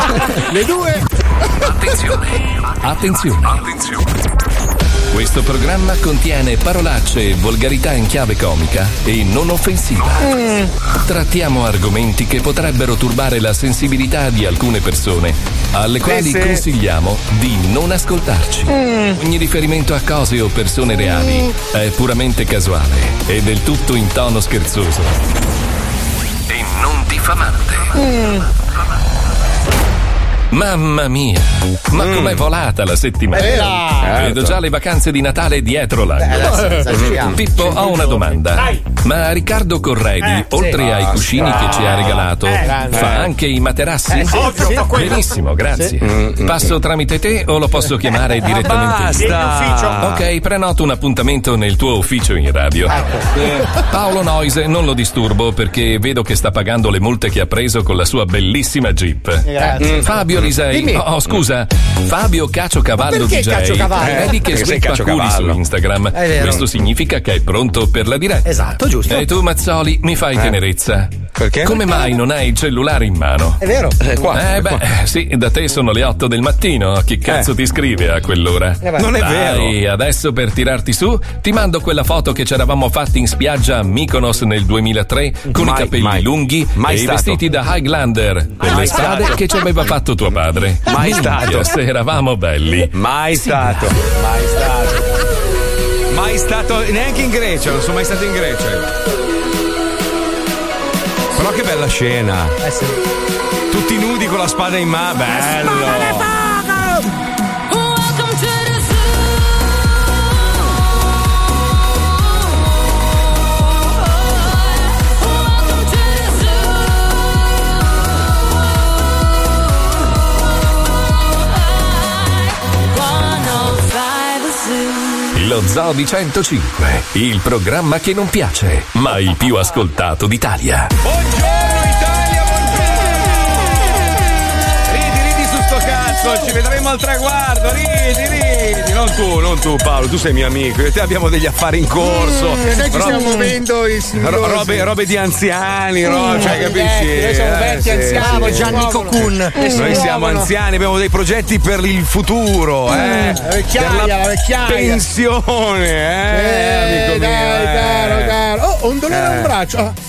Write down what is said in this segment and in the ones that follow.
Le due. Attenzione. Questo programma contiene parolacce e volgarità in chiave comica e non offensiva. Trattiamo argomenti che potrebbero turbare la sensibilità di alcune persone, alle quali consigliamo di non ascoltarci. Ogni riferimento a cose o persone reali è puramente casuale e del tutto in tono scherzoso e non diffamante. Mamma mia, ma com'è volata la settimana? Vedo già le vacanze di Natale dietro l'angolo. Pippo, ho una domanda. Ma Riccardo Corredi, oltre ai cuscini che ci ha regalato, fa anche i materassi? Benissimo, grazie. Passo tramite te o lo posso chiamare direttamente? Basta. Ok, prenoto un appuntamento nel tuo ufficio in radio. Paolo Noise non lo disturbo perché vedo che sta pagando le multe che ha preso con la sua bellissima Jeep. Fabio Lisei, scusa, Fabio Caciocavallo DJ, vedi che swippa culi su Instagram. Questo significa che è pronto per la diretta. Esatto, giusto. E tu Mazzoli mi fai tenerezza. Perché? Come mai non hai il cellulare in mano? È vero. Sì, da te sono le 8 del mattino. Chi cazzo ti scrive a quell'ora? Non è vero. Adesso per tirarti su ti mando quella foto che ci eravamo fatti in spiaggia a Mykonos nel 2003 con i capelli lunghi e i vestiti da Highlander per le strade che ci aveva fatto tuo padre. Mai stato. Se eravamo belli. Mai stato. Neanche in Grecia, non sono mai stato in Grecia. Però che bella scena. Sì. Tutti nudi con la spada in mano. Bello. Lo Zoo di 105, il programma che non piace, ma il più ascoltato d'Italia. Buongiorno Italia, buongiorno. Ridi su sto cazzo, ci vedremo al traguardo, ridi. Non tu Paolo, tu sei mio amico, io e te abbiamo degli affari in corso. Noi ci stiamo muovendo i robe di anziani, cioè capisci? Noi siamo vecchi, anziani, Gianni Cocun. Noi siamo anziani, abbiamo dei progetti per il futuro, la vecchiaia. Pensione, amico mio. Caro. Oh, un dolore a un braccio.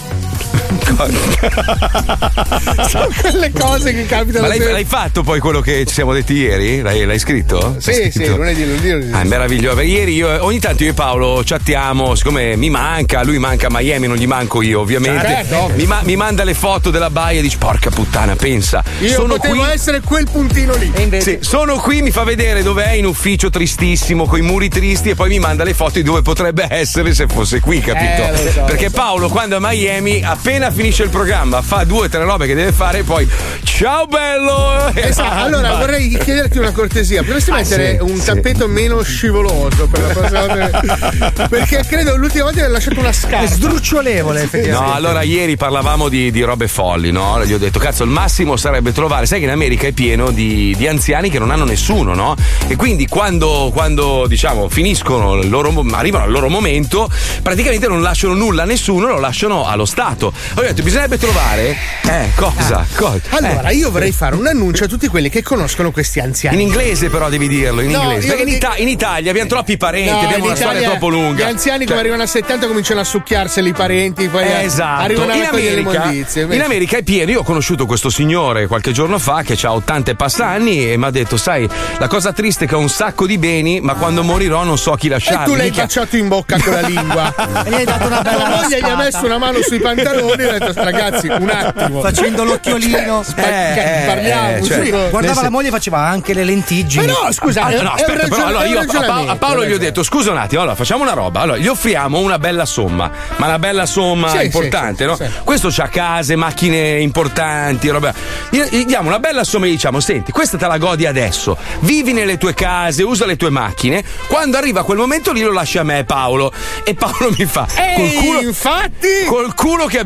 Sono quelle cose che capitano. Ma l'hai fatto poi quello che ci siamo detti ieri? L'hai scritto? Sì, lunedì. È meraviglioso. Ieri ogni tanto io e Paolo chattiamo, siccome mi manca, lui manca a Miami, non gli manco io ovviamente. Certo. Mi manda le foto della baia e dice porca puttana, pensa. Io potevo essere quel puntino lì. E invece... Sì, sono qui, mi fa vedere dov'è in ufficio tristissimo, coi muri tristi e poi mi manda le foto di dove potrebbe essere se fosse qui, capito? Perché Paolo quando è a Miami appena finisce il programma fa 2 o 3 robe che deve fare e poi ciao bello. Allora vorrei chiederti una cortesia, potresti mettere un tappeto meno scivoloso per la prossima volta? Perché credo l'ultima volta hai lasciato una scarpa. È sdrucciolevole effettivamente. No, allora ieri parlavamo di robe folli, no? Gli ho detto cazzo il massimo sarebbe trovare, sai che in America è pieno di anziani che non hanno nessuno, no? E quindi quando diciamo finiscono arrivano al loro momento praticamente non lasciano nulla a nessuno, lo lasciano allo Stato. Ho detto bisognerebbe trovare cosa? Allora io vorrei fare un annuncio a tutti quelli che conoscono questi anziani. In inglese però devi dirlo, in inglese. Perché in Italia abbiamo troppi parenti, abbiamo una storia troppo lunga. Gli anziani come arrivano a 70 cominciano a succhiarseli i parenti, poi arrivano a raccogliere le immondizie. In America è pieno. Io ho conosciuto questo signore qualche giorno fa che ha 80 e passa anni e mi ha detto sai la cosa triste è che ho un sacco di beni ma quando morirò non so chi lasciarli. E tu l'hai cacciato in bocca con la lingua e gli hai dato una bella moglie gli ha messo una mano sui pantaloni e ha detto ragazzi un attimo facendo l'occhiolino parliamo guardava la moglie e faceva anche le lentiggini. Ma no scusa aspetta però allora io a Paolo gli ho detto scusa un attimo, allora facciamo una roba, allora gli offriamo una bella somma, ma una bella somma importante, no? Questo c'ha case, macchine importanti, roba. Gli diamo una bella somma e gli diciamo senti questa te la godi adesso, vivi nelle tue case, usa le tue macchine, quando arriva quel momento lì lo lasci a me Paolo. E Paolo mi fa col culo che abbiamo noi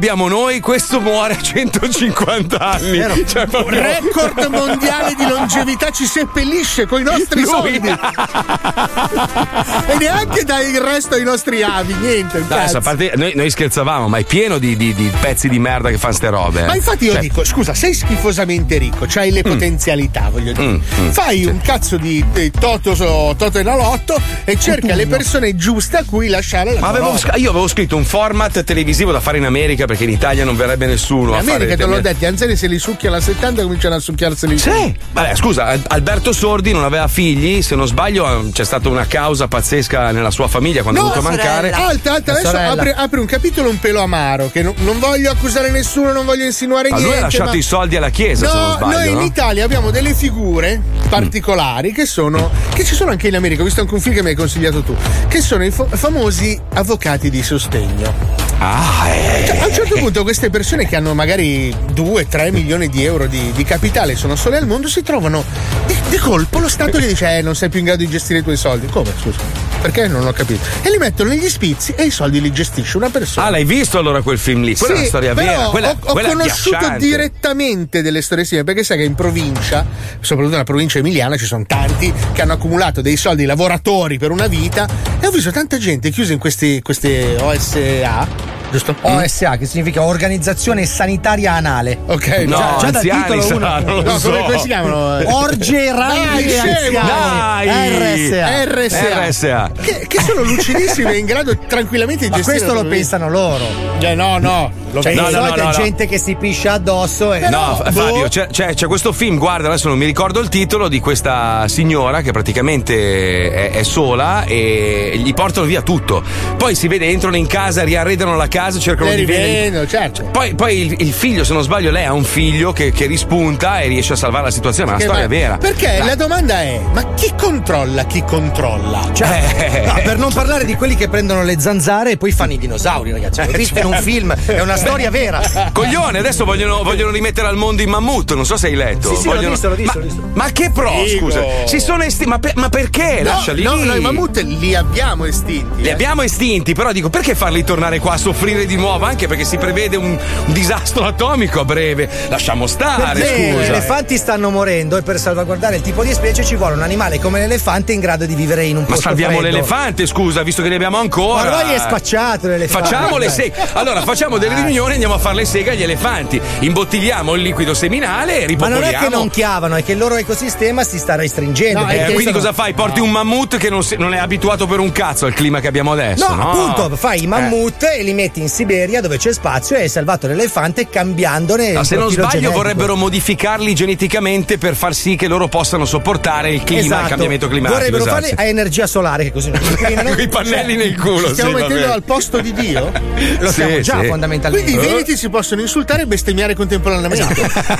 noi questo muore a 150 anni. Cioè, proprio... Record mondiale di longevità ci seppellisce con i nostri soldi. E neanche dai il resto ai nostri avi, niente. Adesso, a parte, noi scherzavamo, ma è pieno di pezzi di merda che fanno ste robe. Ma infatti io dico, scusa, sei schifosamente ricco, c'hai le potenzialità, voglio dire. Fai un cazzo di Toto Enalotto e cerca le persone giuste a cui lasciare la io avevo scritto un format televisivo da fare in America perché in Italia non verrebbe nessuno in a fare. America te l'ho detto, gli anziani se li succhia alla 70 cominciano a succhiarseli. Sì. Vabbè, scusa, Alberto Sordi non aveva figli, se non sbaglio c'è stata una causa pazzesca nella sua famiglia quando è venuto a mancare. Alta, adesso apre un capitolo un pelo amaro che non voglio accusare nessuno, non voglio insinuare niente. Lui ha lasciato i soldi alla chiesa, se non sbaglio. Noi in Italia abbiamo delle figure particolari che ci sono anche in America, ho visto anche un film che mi hai consigliato tu, che sono i famosi avvocati di sostegno. Cioè, a un certo punto queste persone che hanno magari 2-3 milioni di euro di capitale, sono sole al mondo, si trovano di colpo lo Stato gli dice non sei più in grado di gestire i tuoi soldi. Come, scusa? Perché non ho capito? E li mettono negli spizi e i soldi li gestisce una persona. L'hai visto allora quel film lì? Quella è una storia vera. Ho conosciuto direttamente delle storie simili, perché sai che in provincia, soprattutto nella provincia emiliana, ci sono tanti che hanno accumulato dei soldi lavoratori per una vita e ho visto tanta gente chiusa in queste OSA. Giusto? OSA, che significa Organizzazione Sanitaria Anale. Ok, no, già dal titolo uno. No, come si chiamano? Orge Ragni RSA. Che sono lucidissimi e in grado tranquillamente di ma gestire. questo lo pensano loro. No. È gente che si piscia addosso. Fabio, c'è questo film, guarda, adesso non mi ricordo il titolo, di questa signora che praticamente è sola e gli portano via tutto. Poi si vede, entrano in casa, riarredano la casa, cercano di vendere. Certo. Poi il figlio, se non sbaglio, lei ha un figlio che rispunta e riesce a salvare la situazione, ma è una storia vera. Perché la domanda è: ma chi controlla chi controlla? Per non parlare di quelli che prendono le zanzare e poi fanno i dinosauri, ragazzi. L'ho visto in un film, è una storia vera. Coglione, adesso vogliono rimettere al mondo i mammut, non so se hai letto. Sì, l'ho visto. Ma che scusa? Si sono estinti, ma perché? Lasciali lì. No, i mammut li abbiamo estinti. Li abbiamo estinti, però dico, perché farli tornare qua a soffrire di nuovo? Anche perché si prevede un disastro atomico a breve. Lasciamo stare, scusa. Gli elefanti stanno morendo e per salvaguardare il tipo di specie ci vuole un animale come l'elefante in grado di vivere in un posto salviamo freddo. l'elefante, scusa, visto che li abbiamo ancora. Ma ormai è spacciato l'elefante. Facciamo le seghe. Allora, facciamo delle riunioni e andiamo a fare le seghe agli elefanti. Imbottigliamo il liquido seminale e ripopoliamo. Ma non è che non chiavano, è che il loro ecosistema si sta restringendo. Quindi cosa fai? Porti un mammut che non è abituato per un cazzo al clima che abbiamo adesso, no? Appunto, fai i mammut e li metti in Siberia dove c'è spazio e hai salvato l'elefante cambiandone il se non profilo sbaglio genetico. vorrebbero modificarli geneticamente per far sì che loro possano sopportare il clima, il cambiamento climatico. Vorrebbero farli a energia solare, che così non con i pannelli nel culo. Stiamo mettendo al posto di Dio? Lo siamo già fondamentalmente. Quindi i veneti si possono insultare e bestemmiare contemporaneamente.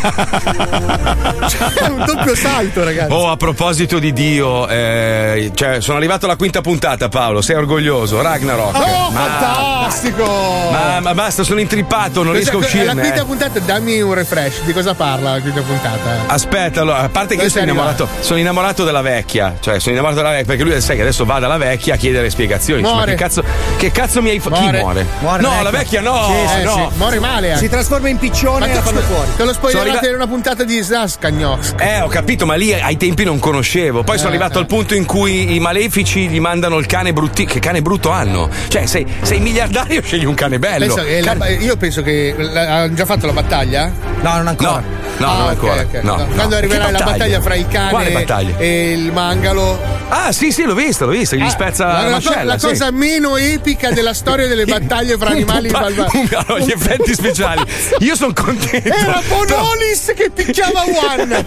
C'è un doppio salto, ragazzi. A proposito di Dio, sono arrivato alla quinta puntata, Paolo. Sei orgoglioso? Ragnarok. Fantastico! Ma basta, sono intrippato, non riesco a uscirne. La quinta puntata, dammi un refresh. Di cosa parla la quinta puntata? Aspetta, allora, a parte che io sono innamorato della vecchia. Cioè, sono innamorato della vecchia, perché lui sai che adesso va dalla vecchia a chiedere spiegazioni. Muore. Ma che cazzo mi hai fatto? Chi muore? No, la vecchia no. Sì. Muore male. Si trasforma in piccione e la fanno fuori. Te lo spoilerate in una puntata di Snaskagnox. Ho capito, ma lì ai tempi non conoscevo. Poi sono arrivato al punto in cui i malefici gli mandano il cane brutti. Che cane brutto hanno? Cioè, sei miliardario, scegli un cane bello. Io penso che hanno già fatto la battaglia? No, non ancora. No, non ancora. Okay. No. Quando arriverà la battaglia fra il cane e il mangalo? Ah, sì, l'ho visto, gli spezza la mascella. La cosa meno epica della storia delle battaglie fra animali gli effetti speciali. Io sono contento. Era Bonolis che picchiava One.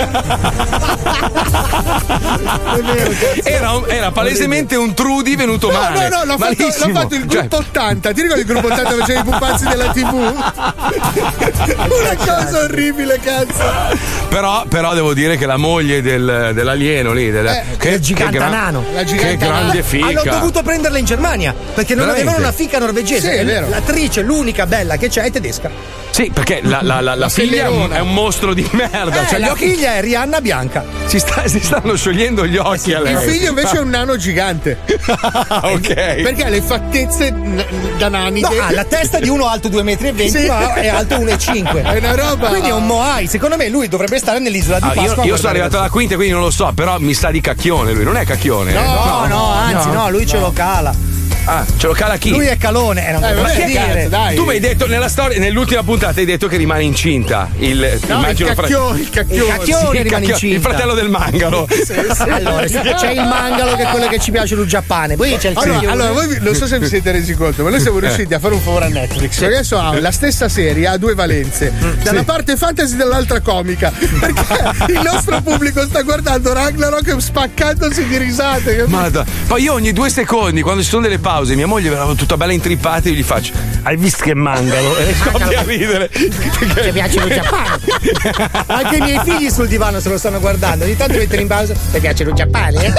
Era palesemente un Trudy venuto male. No, l'ha fatto il gruppo 80. Ti ricordi il gruppo 80 faceva i pupazzi della TV? Una cosa orribile, cazzo. Però devo dire che la moglie dell'alieno lì, che gigantanano, che grande fica. Hanno dovuto prenderla in Germania perché non avevano una fica norvegese. Sì, è vero. L'attrice, l'unica bella che c'è, è tedesca. Sì, perché la figlia è un mostro di merda. Cioè, la figlia è Rihanna bianca. Si stanno sciogliendo gli occhi a lei. Il figlio invece è un nano gigante. Ok. Perché ha le fattezze da nani. No, ha la testa di uno alto 2,20 m, sì, ma è alto 1,5 m. È una roba. Quindi è un Moai. Secondo me lui dovrebbe stare nell'isola di Pasqua. Io sono arrivato alla quinta, quindi non lo so, però mi sa di cacchione lui. Non è cacchione. No, anzi, lui ce lo cala. Ah, ce lo cala chi? Lui è calone. Ma che dire? Dai. Tu mi hai detto nella storia, nell'ultima puntata hai detto che rimane incinta. Il cacchione rimane incinta. Il fratello del mangalo. Sì. Allora, c'è il mangalo che è quello che ci piace lo Giappone. Poi c'è il allora voi non so se vi siete resi conto, ma noi siamo riusciti a fare un favore a Netflix. Perché adesso ha la stessa serie, ha due valenze. Da una parte fantasy, dall'altra comica. Perché il nostro pubblico sta guardando Ragnarok spaccandosi di risate. Poi io ogni 2 secondi, quando ci sono delle pause, mia moglie verrà tutta bella intrippata e io gli faccio: hai visto che mangalo? E scoppia a ridere. Ci piace lo Giappone. Anche i miei figli sul divano se lo stanno guardando. Ogni tanto mettono in pausa. Ti piace lo Giappone?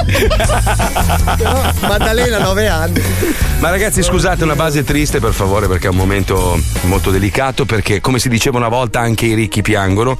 No, Maddalena 9 anni. Ma ragazzi, scusate, una base triste per favore, perché è un momento molto delicato, perché come si diceva una volta anche i ricchi piangono.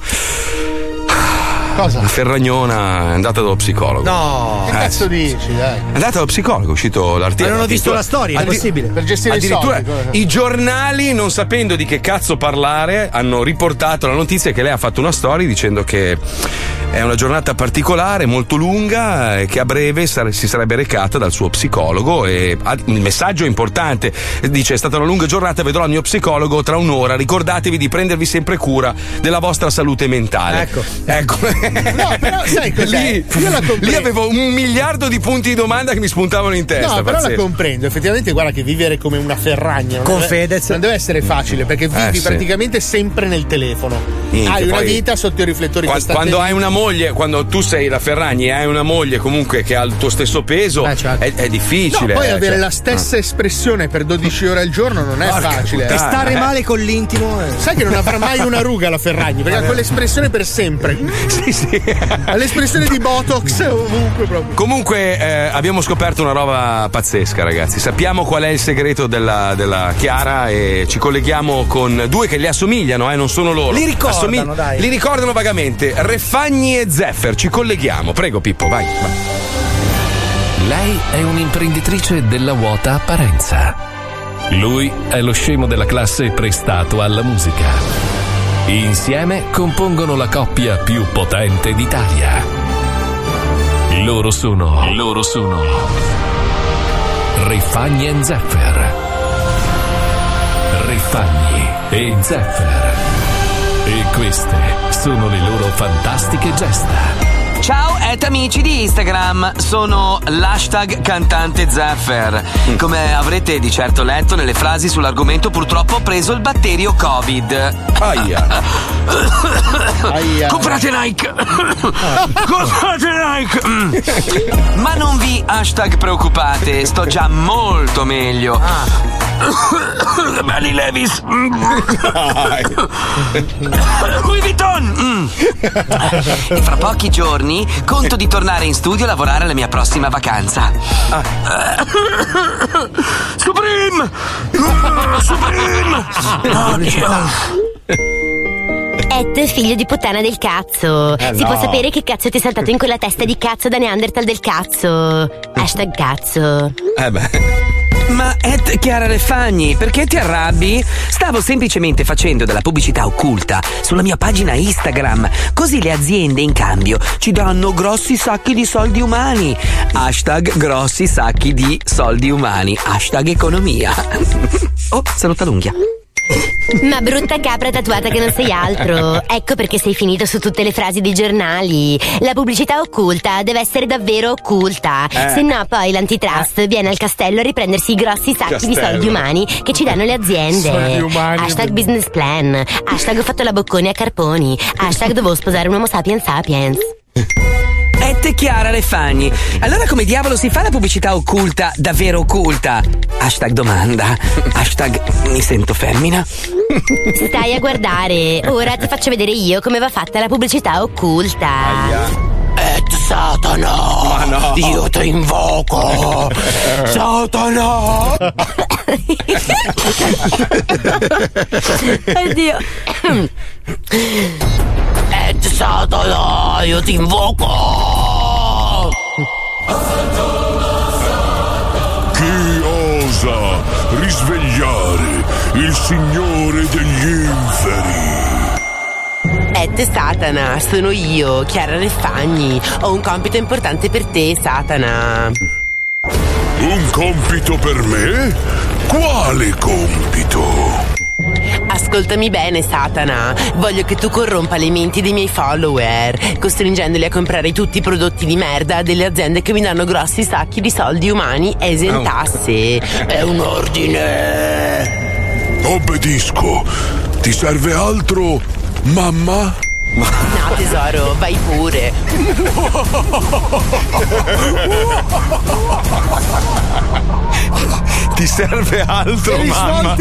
Cosa? La Ferragnona è andata dallo psicologo. No, che cazzo dici, dai? È andata dallo psicologo, è uscito l'articolo. Ma non ho visto la storia, è possibile. Per gestire addirittura i soldi. I giornali, non sapendo di che cazzo parlare, hanno riportato la notizia che lei ha fatto una storia dicendo che è una giornata particolare, molto lunga, e che a breve si sarebbe recata dal suo psicologo. E il messaggio è importante, dice: è stata una lunga giornata, vedrò il mio psicologo tra un'ora, ricordatevi di prendervi sempre cura della vostra salute mentale. Ecco. No, però sai cos'è? Lì avevo 1 miliardo di punti di domanda che mi spuntavano in testa. No, però pazzesco. la comprendo. Effettivamente, guarda che vivere come una Ferragna con Fedez non deve essere facile, perché vivi praticamente sempre nel telefono. Hai una vita sotto i riflettori costanti. Quando hai una moglie, quando tu sei la Ferragni e hai una moglie comunque che ha il tuo stesso peso, certo. è difficile. No, poi avere la stessa espressione per 12 ore al giorno non è facile. E stare male con l'intimo. Sai che non avrà mai una ruga la Ferragni, perché ha quell'espressione per sempre. Sì. Ha l'espressione di Botox ovunque proprio. Comunque abbiamo scoperto una roba pazzesca, ragazzi. Sappiamo qual è il segreto della Chiara e ci colleghiamo con due che le assomigliano, non sono loro. Li ricordano, dai. Li ricordano vagamente. Refagni e Zeffer, ci colleghiamo. Prego Pippo, vai. Lei è un'imprenditrice della vuota apparenza. Lui è lo scemo della classe prestato alla musica. Insieme compongono la coppia più potente d'Italia. Loro sono Refagni e Zeffer. Refagni e Zeffer. E queste sono le loro fantastiche gesta. Ciao amici di Instagram, sono l'hashtag cantante Zeffer. Come avrete di certo letto nelle frasi sull'argomento, purtroppo ho preso il batterio Covid. Aia. Comprate Nike. Comprate Nike. Ma non vi hashtag preoccupate, sto già molto meglio. Belli Levis. Louis Vuitton. E fra pochi giorni conto di tornare in studio a lavorare alla mia prossima vacanza. Supreme. Ed figlio di puttana del cazzo. Si può sapere che cazzo ti è saltato in quella testa di cazzo da Neanderthal del cazzo. Hashtag cazzo. Ma Ed Chiara Refagni, perché ti arrabbi? Stavo semplicemente facendo della pubblicità occulta sulla mia pagina Instagram, così le aziende in cambio ci danno grossi sacchi di soldi umani. Hashtag grossi sacchi di soldi umani. Hashtag economia. Oh, si è rotta l'unghia. Ma brutta capra tatuata che non sei altro. Ecco perché sei finito su tutte le frasi dei giornali. La pubblicità occulta deve essere davvero occulta. Se no poi l'antitrust viene al castello a riprendersi i grossi sacchi di soldi umani che ci danno le aziende. Hashtag business plan. Hashtag ho fatto la boccone a Carponi. Hashtag dovevo sposare un uomo sapiens. Ed Chiara Refagni. Allora come diavolo si fa la pubblicità occulta davvero occulta? Hashtag domanda. Hashtag mi sento femmina. Stai a guardare. Ora ti faccio vedere io come va fatta la pubblicità occulta. Satana! Ma no! Io ti invoco! Satana! Oddio. Satana! Io ti invoco! Chi osa risvegliare il Signore degli Inferi? Satana, sono io, Chiara Refagni. Ho un compito importante per te, Satana. Un compito per me? Quale compito? Ascoltami bene, Satana. Voglio che tu corrompa le menti dei miei follower, costringendoli a comprare tutti i prodotti di merda delle aziende che mi danno grossi sacchi di soldi umani e esentasse. È un ordine. Obbedisco. Ti serve altro, mamma? No, tesoro, vai pure. Ti serve altro, mamma?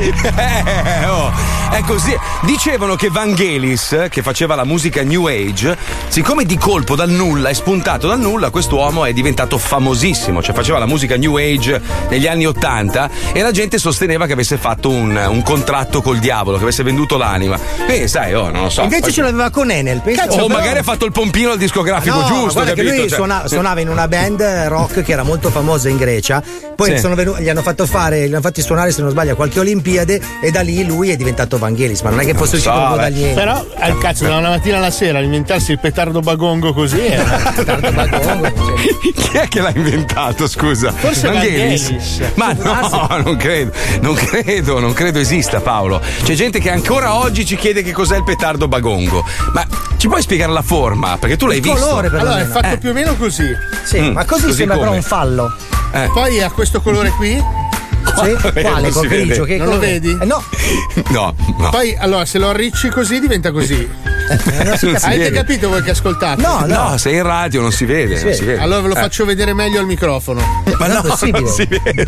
È così. Dicevano che Vangelis, che faceva la musica New Age, siccome di colpo dal nulla, è spuntato dal nulla, quest'uomo è diventato famosissimo. Cioè faceva la musica New Age negli anni '80 e la gente sosteneva che avesse fatto un contratto col diavolo, che avesse venduto l'anima. Quindi sai, non lo so. Invece ce l'aveva con Enel. O magari ha fatto il pompino al discografico giusto. Guarda capito? che lui suonava in una band rock che era molto famosa in Grecia. Poi gli hanno fatti suonare, se non sbaglio, a qualche Olimpiade e da lì lui è diventato Vangelis. Ma non è che fosse uscito proprio da niente. Però al cazzo, da una mattina alla sera inventarsi il petardo bagongo così petardo bagongo. Chi è che l'ha inventato, scusa? Forse Vangelis. Ma no, non credo esista, Paolo. C'è gente che ancora oggi ci chiede che cos'è il petardo bagongo. Ma ci puoi spiegare la forma? Perché tu l'hai visto. Colore, allora, è fatto più o meno così. Sì, ma così sembra come? però un fallo. Poi ha questo colore qui. Sì? Quale? Con grigio? Che non lo vedi? No. Poi allora se lo arricci così diventa così. Avete capito voi che ascoltate? No, sei in radio, non si vede. Non si vede. Allora ve lo faccio vedere meglio al microfono. Ma no, non si vede.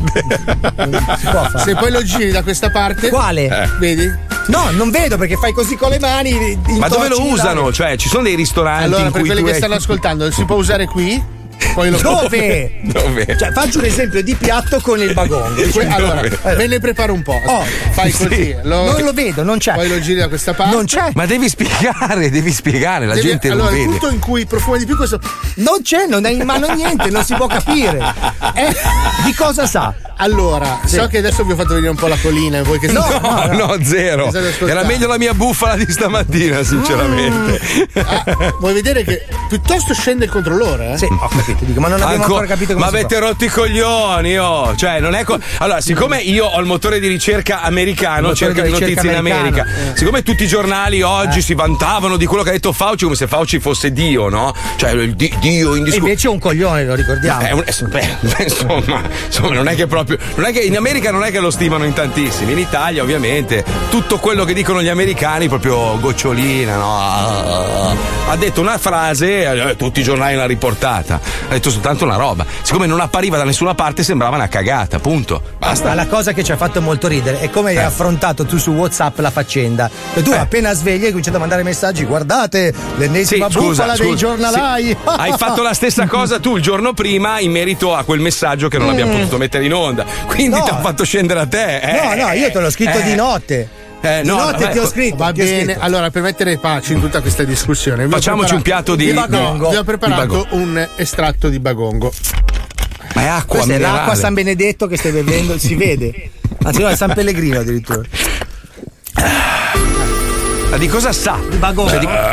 Se poi lo giri da questa parte. Quale? Vedi? No, non vedo perché fai così con le mani. Ma dove lo usano? Cioè, ci sono dei ristoranti allora, in per cui quelli che hai... stanno ascoltando, si può usare qui? Poi lo Dove? Cioè, faccio un esempio di piatto con il bagongo. Allora, ve ne preparo un po'. Fai così. Non lo vedo, non c'è. Poi lo giri da questa parte. Non c'è. Ma devi spiegare, la gente non vede. Allora, il punto in cui profuma di più questo. Non c'è, non è in mano niente, non si può capire. Di cosa sa? Allora, so che adesso vi ho fatto vedere un po' la collina. Voi che No, zero. Era meglio la mia bufala di stamattina, sinceramente. Vuoi vedere che piuttosto scende il controllore? Sì, ho capito. Dico, ma non abbiamo ancora capito come ma avete rotto i coglioni, Cioè, non è. Allora, siccome io ho il motore di ricerca americano, cerco le notizie in America. Siccome tutti i giornali oggi si vantavano di quello che ha detto Fauci, come se Fauci fosse Dio, no? Cioè, il Dio indiscusso. E invece è un coglione, lo ricordiamo. Insomma, non è che proprio. Non è che in America non è che lo stimano in tantissimi. In Italia, ovviamente, tutto quello che dicono gli americani, proprio gocciolina, no? Ha detto una frase, tutti i giornali l'hanno riportata. Ha detto soltanto una roba. Siccome non appariva da nessuna parte, sembrava una cagata, punto. Basta. Ma la cosa che ci ha fatto molto ridere è come hai affrontato tu su WhatsApp la faccenda. E tu appena svegli hai cominciato a mandare messaggi, guardate, l'ennesima bufala dei giornalai. Sì. Hai fatto la stessa cosa tu il giorno prima in merito a quel messaggio che non abbiamo potuto mettere in onda. Quindi ti ha fatto scendere a te. No, io te l'ho scritto di notte. Di notte ti ho scritto. Va bene, allora per mettere pace in tutta questa discussione, facciamoci un piatto di bagongo. Vi ho preparato un estratto di bagongo. Ma è acqua. Questa minerale. è l'acqua San Benedetto che stai bevendo, si vede. Anzi, no, è San Pellegrino addirittura. Ma di cosa sa? Di bagongo.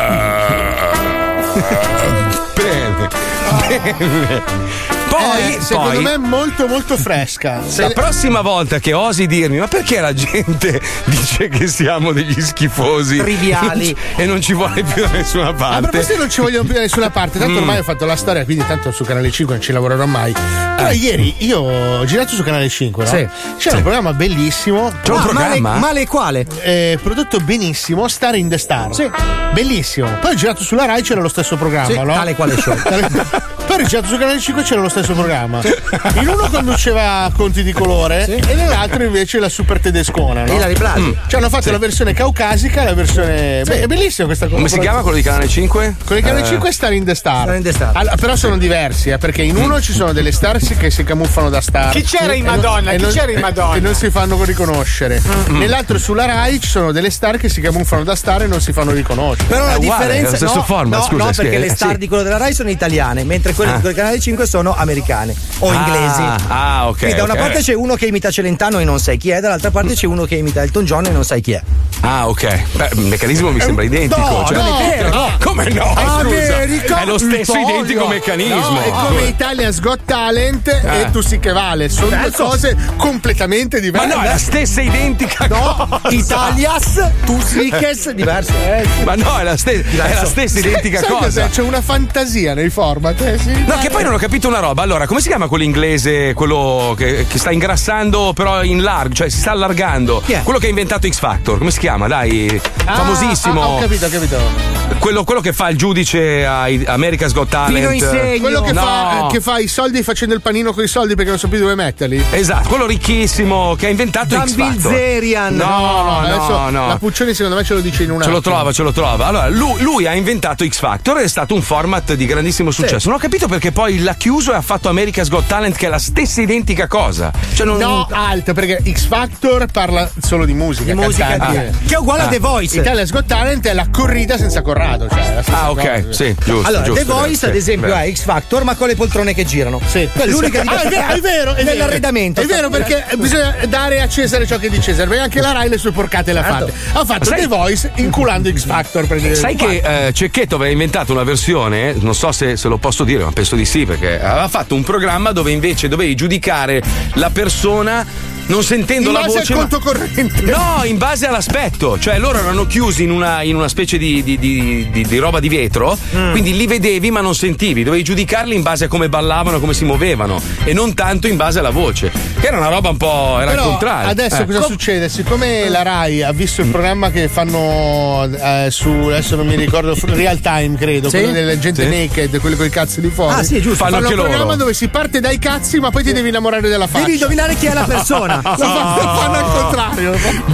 Bene. Poi, secondo me è molto molto fresca. La prossima volta che osi dirmi ma perché la gente dice che siamo degli schifosi triviali e non ci vuole più da nessuna parte? A proposito non ci vogliono più da nessuna parte, tanto ormai ho fatto la storia, quindi tanto su Canale 5 non ci lavorerò mai. Però ieri io ho girato su Canale 5, no? Sì. C'era un programma bellissimo. C'è un programma? Male quale? Prodotto benissimo, Star in the Star. Sì. Bellissimo. Poi ho girato sulla Rai, c'era lo stesso programma, sì, no? Tale quale show. Poi Ricciardo su Canale 5 c'era lo stesso programma. In uno conduceva Conti di colore e nell'altro invece la super tedescona, no? Ilari Blasi. Cioè hanno fatto la versione caucasica, la versione. Beh, è bellissima questa cosa. Come si chiama quello di Canale 5? Quello di Canale 5 è Star in the Star. Star in the Star. Però sono diversi, perché in uno ci sono delle star che si camuffano da star. Chi c'era in Madonna? E non si fanno riconoscere. Nell'altro sulla Rai ci sono delle star che si camuffano da star e non si fanno riconoscere. Però la uguale, differenza è lo stesso format, scusa, no, perché le star di quello della Rai sono italiane, mentre quelle del Canale 5 sono americane o inglesi. Ok. Quindi da una parte c'è uno che imita Celentano e non sai chi è, dall'altra parte c'è uno che imita Elton John e non sai chi è. Ah, ok. Beh, il meccanismo mi sembra identico. No, non è vero, no. Come no? America, è lo stesso Italia. identico meccanismo. No, è come Italia's Got Talent e Tu sì che vale. Sono due cose completamente diverse. Ma no, è la stessa identica cosa. Italias, Tu sì che diverso. Ma no, è la stessa identica Sai cosa. cos'è? C'è una fantasia nei format. No, che poi non ho capito una roba. Allora, come si chiama quell'inglese, quello che sta ingrassando però in largo, cioè si sta allargando? Chi è? Quello che ha inventato X Factor, come si chiama? Dai, famosissimo. Ho capito. Quello che fa il giudice a America's Got Talent. Quello che fa i soldi facendo il panino con i soldi perché non so più dove metterli. Esatto, quello ricchissimo che ha inventato X Factor. Bilzerian. No. La Puccioni secondo me ce lo dice in un attimo. Ce lo trova. Allora, lui ha inventato X Factor, è stato un format di grandissimo successo. Sì. Non ho capito perché poi l'ha chiuso e ha fatto America's Got Talent, che è la stessa identica cosa. Cioè No, alt, perché X Factor parla solo di musica. Che è uguale a The Voice. Italia's Got Talent è la corrida senza Corrado. Cioè la stessa ok, cosa. sì, giusto. Allora, giusto, The Voice, sì, ad esempio, vero. è X Factor, ma con le poltrone che girano. Sì. Quella è l'unica È vero. nell'arredamento. È vero, perché bisogna dare a Cesare ciò che è di Cesare, perché anche la Rai le sue porcate le ha fatte. Ha fatto The Voice inculando X Factor. Sai che Cecchetto aveva inventato una versione, non so se lo posso dire, ma penso di sì, perché aveva fatto un programma dove invece dovevi giudicare la persona non sentendo la voce. In base al conto corrente. No, in base all'aspetto. Cioè loro erano chiusi in una specie di roba di vetro, quindi li vedevi ma non sentivi. Dovevi giudicarli in base a come ballavano, come si muovevano e non tanto in base alla voce. Che era una roba un po'. Era Però il contrario. adesso cosa succede? Siccome la Rai ha visto il programma che fanno su, adesso non mi ricordo, Real Time credo, quello della gente naked, quelli con i cazzi di fuori. Ah, sì, giusto. Fanno anche un programma loro. dove si parte dai cazzi, ma poi ti devi innamorare della faccia. Devi indovinare chi è la persona. Lo fanno al contrario.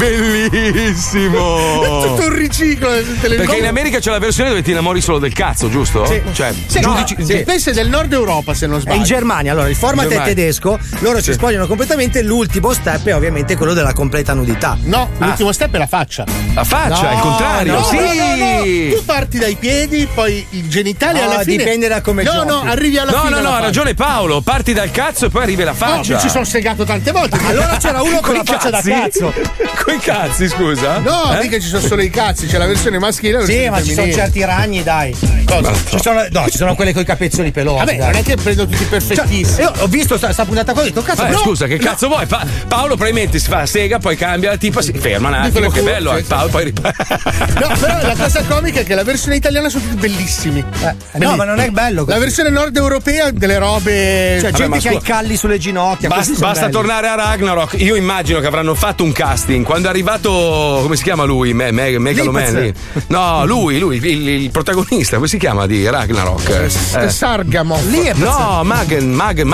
Bellissimo! È tutto un riciclo. Perché in America c'è la versione dove ti innamori solo del cazzo, giusto? Sì. Cioè, Questo è del nord Europa, se non È sbaglio. in Germania, allora il format è tedesco, loro si spogliano completamente, l'ultimo step è ovviamente quello della completa nudità. No, l'ultimo step è la faccia. La faccia, è il contrario. No, sì. no. Tu parti dai piedi, poi i genitali No, alla fine. dipende da come No, giochi. arrivi alla fine. No, ha ragione Paolo. Parti dal cazzo e poi arrivi alla faccia. No, ci sono segato tante volte. Allora c'era uno con la faccia da cazzo. Coi cazzi, scusa? No, mica ci sono solo i cazzi, c'è la versione maschile e la Sì, versione ma ci sono femminile. certi ragni, dai. Ci sono quelle con i capezzoli pelosi. Vabbè, dai. non è che prendo tutti perfettissimi. Io ho visto sta puntata qua e ho detto, cazzo, no. Scusa, che cazzo vuoi? Paolo probabilmente si fa la sega, poi cambia la tipa, si ferma un attimo, che bello. Paolo poi No, però la cosa comica è che la versione italiana sono tutti bellissimi. No, ma non è bello così. La versione nord europea delle robe. Cioè, gente che ha i calli sulle ginocchia. Basta tornare a Ragnarok. Io immagino che avranno fatto un casting. Quando è arrivato, come si chiama lui? Megaloman lì. No, lui, il protagonista, come si chiama di Ragnarok? Sargamo. Lì è No, Magne.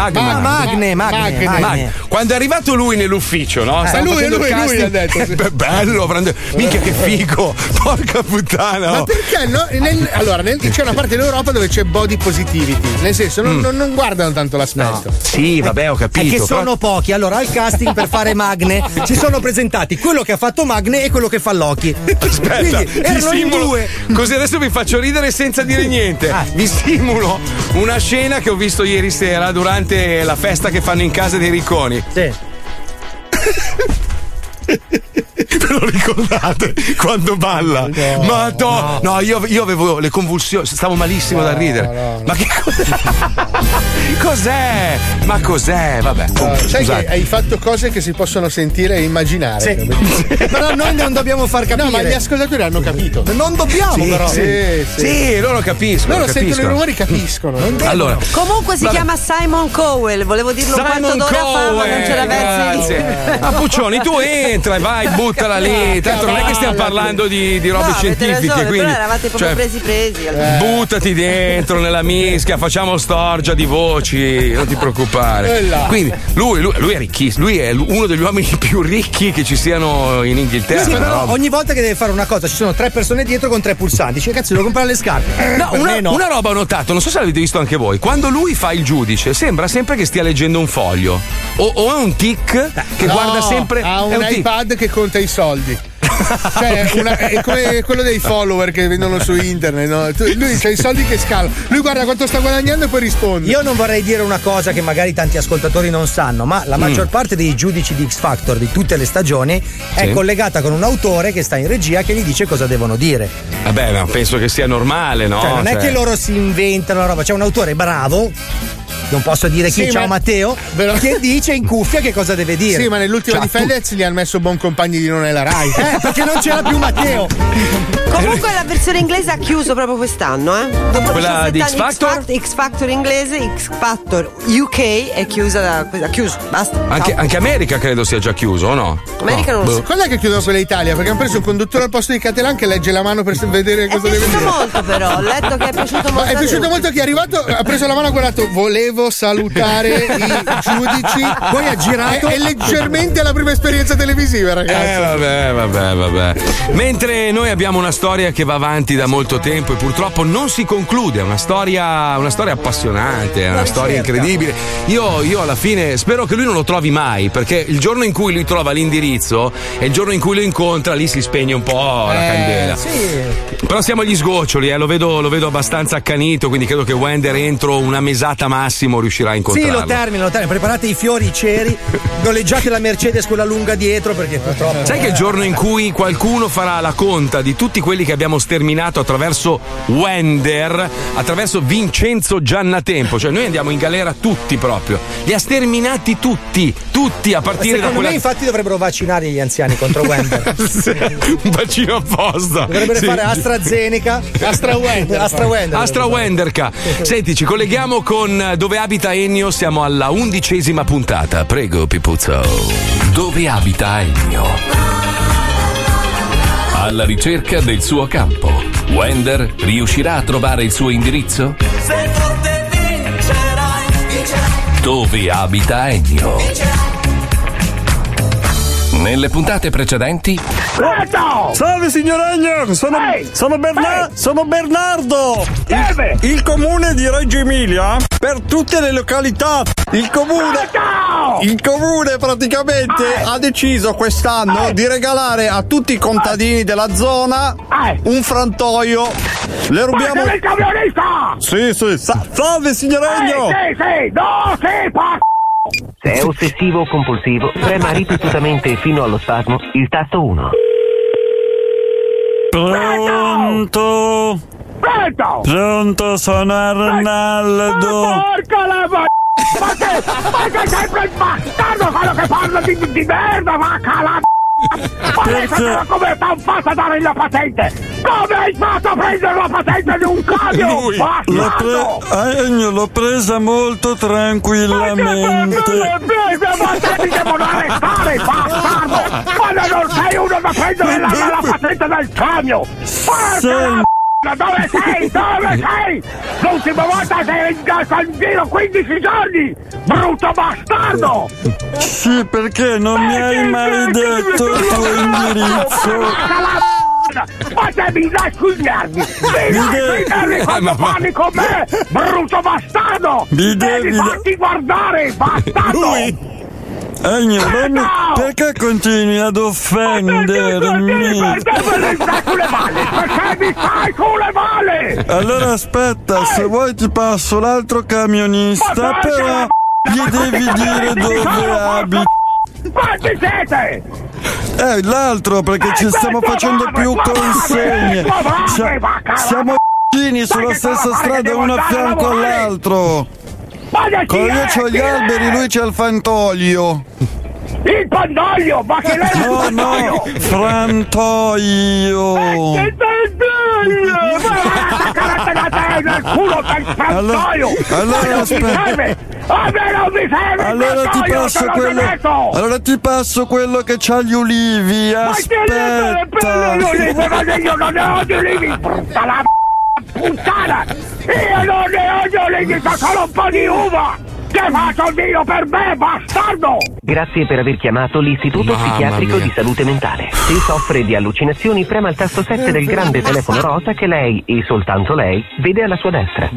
Quando è arrivato lui nell'ufficio, no? Stava facendo il casting. Lui ha detto. Bello, minchia che figo. Porca puttana. Ma perché no? C'è una parte dell'Europa dove c'è body positivity. Nel senso, non guardano tanto l'aspetto. Sì, vabbè, ho capito. È che sono pochi. Allora, al casting per fare Magne si sono presentati quello che ha fatto Magne e quello che fa Loki. Aspetta, Quindi erano in due. Così adesso vi faccio ridere senza dire niente. Vi simulo una scena che ho visto ieri sera durante la festa che fanno in casa dei ricconi. Sì. Ve lo ricordate quando balla? No, io avevo le convulsioni, stavo malissimo da ridere. Ma che cos'è? Ma cos'è? Vabbè. Sai che hai fatto cose che si possono sentire e immaginare. Sì. Però noi non dobbiamo far capire. No, ma gli ascoltatori hanno capito. Non dobbiamo, però. Sì, loro capiscono. Loro sentono i rumori, capiscono. Allora, comunque si chiama Simon Cowell, volevo dirlo un quarto d'ora fa, ma non c'era verso. Ma Puccioni, tu entra e vai, buttala lì, tanto non è che stiamo parlando di robe scientifiche, quindi però eravate proprio presi. Buttati dentro nella mischia, facciamo storgia di voci, non ti preoccupare. Quindi lui è ricchissimo, lui è uno degli uomini più ricchi che ci siano in Inghilterra. Sì, però ogni volta che deve fare una cosa ci sono 3 persone dietro con 3 pulsanti. Cioè, cazzo, devo comprare le scarpe. Una roba ho notato, non so se l'avete visto anche voi. Quando lui fa il giudice, sembra sempre che stia leggendo un foglio. O è un tic che guarda sempre. Ha un iPad che conta i soldi. Cioè, è come quello dei follower che vendono su internet, no? Lui c'ha i soldi che scala. Lui guarda quanto sta guadagnando e poi risponde. Io non vorrei dire una cosa che magari tanti ascoltatori non sanno, ma la maggior parte dei giudici di X Factor di tutte le stagioni è collegata con un autore che sta in regia che gli dice cosa devono dire. Vabbè, ma penso che sia normale, no? Cioè, non è che loro si inventano la roba, c'è un autore bravo. Non posso dire chi, ciao Matteo, che dice in cuffia che cosa deve dire. Sì, ma nell'ultima di Fedez gli hanno messo buon compagni di Non è la Rai. Perché non c'era più Matteo. Comunque la versione inglese ha chiuso proprio quest'anno, Dopo quella di X Factor? X Factor inglese, X Factor UK è chiusa basta. Anche America credo sia già chiuso, o no? America non lo so. Quando è che chiudono quella Italia? Perché hanno preso un conduttore al posto di Catalan che legge la mano per vedere cosa deve dire. È piaciuto molto, però. Ho letto che è piaciuto molto. È piaciuto molto che è arrivato, ha preso la mano e ha guardato. Volevo salutare i giudici. Poi ha girato. È leggermente la prima esperienza televisiva, ragazzi. Vabbè. Mentre noi abbiamo una storia che va avanti da molto tempo e purtroppo non si conclude. È una storia appassionante, è una storia incredibile. Io alla fine spero che lui non lo trovi mai, perché il giorno in cui lui trova l'indirizzo e il giorno in cui lo incontra, lì si spegne un po' la candela. Sì. Però siamo agli sgoccioli, lo vedo abbastanza accanito, quindi credo che Wender entro una mesata massimo riuscirà a incontrarlo. Sì, lo termino. Preparate i fiori, i ceri, noleggiate la Mercedes quella lunga dietro, perché purtroppo. Sai che il giorno in cui qualcuno farà la conta di tutti quelli che abbiamo sterminato attraverso Wender, attraverso Vincenzo Giannatempo, cioè noi andiamo in galera tutti proprio, li ha sterminati tutti a partire da quella. Me infatti dovrebbero vaccinare gli anziani contro Wender. Un vaccino apposta. Dovrebbero fare AstraZeneca, AstraWenderca. Senti, ci colleghiamo con Dove abita Ennio, siamo alla 11ª puntata. Prego, Pipuzzo. Dove abita Ennio? Alla ricerca del suo campo. Wender riuscirà a trovare il suo indirizzo? Se forte vincerai. Dove abita Ennio? Nelle puntate precedenti. Salve signor Ennio, sono Bernardo. Il comune di Reggio Emilia, per tutte le località, il comune praticamente ha deciso quest'anno di regalare a tutti i contadini della zona un frantoio. Le rubiamo. Ma sei il camionista! Sì. Salve signor Ennio. Se è ossessivo o compulsivo, prema ripetutamente fino allo spasmo il tasto 1. Pronto, sono Arnaldo. Porca la ma che sempre il bastardo quello che parla di merda, vacca la ma come non fatto a dare la patente? Come hai fatto a prendere la patente di un camion? Ennio, l'ho presa molto tranquillamente. Ma ti devono arrestare, bastardo! Quando non sei uno da prendere la patente del camion! Dove sei? L'ultima volta sei in giro 15 giorni! Brutto bastardo! Sì, perché non mi hai mai detto il tuo indirizzo? Ma te mi dai sui nervi! Quando parli con me! Brutto bastardo! Devi farti guardare, bastardo! Ennio, perché continui ad offendermi? Perché mi stai sulle male! Allora aspetta, se vuoi ti passo l'altro camionista, però gli devi dire dove abiti. Quanti siete? L'altro, perché ci stiamo facendo più consegne. Siamo vicini sulla stessa strada, uno a fianco all'altro. Io c'ho gli alberi, lui c'ha il fantoio. Il pandoglio? Ma che lei è No, frantoio. Che frantoio? Ma nel culo del frantoio! Allora aspetta. A me non mi serve. Allora ti passo quello che c'ha gli ulivi. Aspetta. Io non ne ho gli ulivi, brutta la puttana. Io non ne ho gli ulivi, sto solo un po' di uva. Che faccio Dio per me, bastardo! Grazie per aver chiamato l'Istituto Psichiatrico di Salute Mentale. Se soffre di allucinazioni, prema il tasto 7 del grande telefono rosa che lei, e soltanto lei, vede alla sua destra.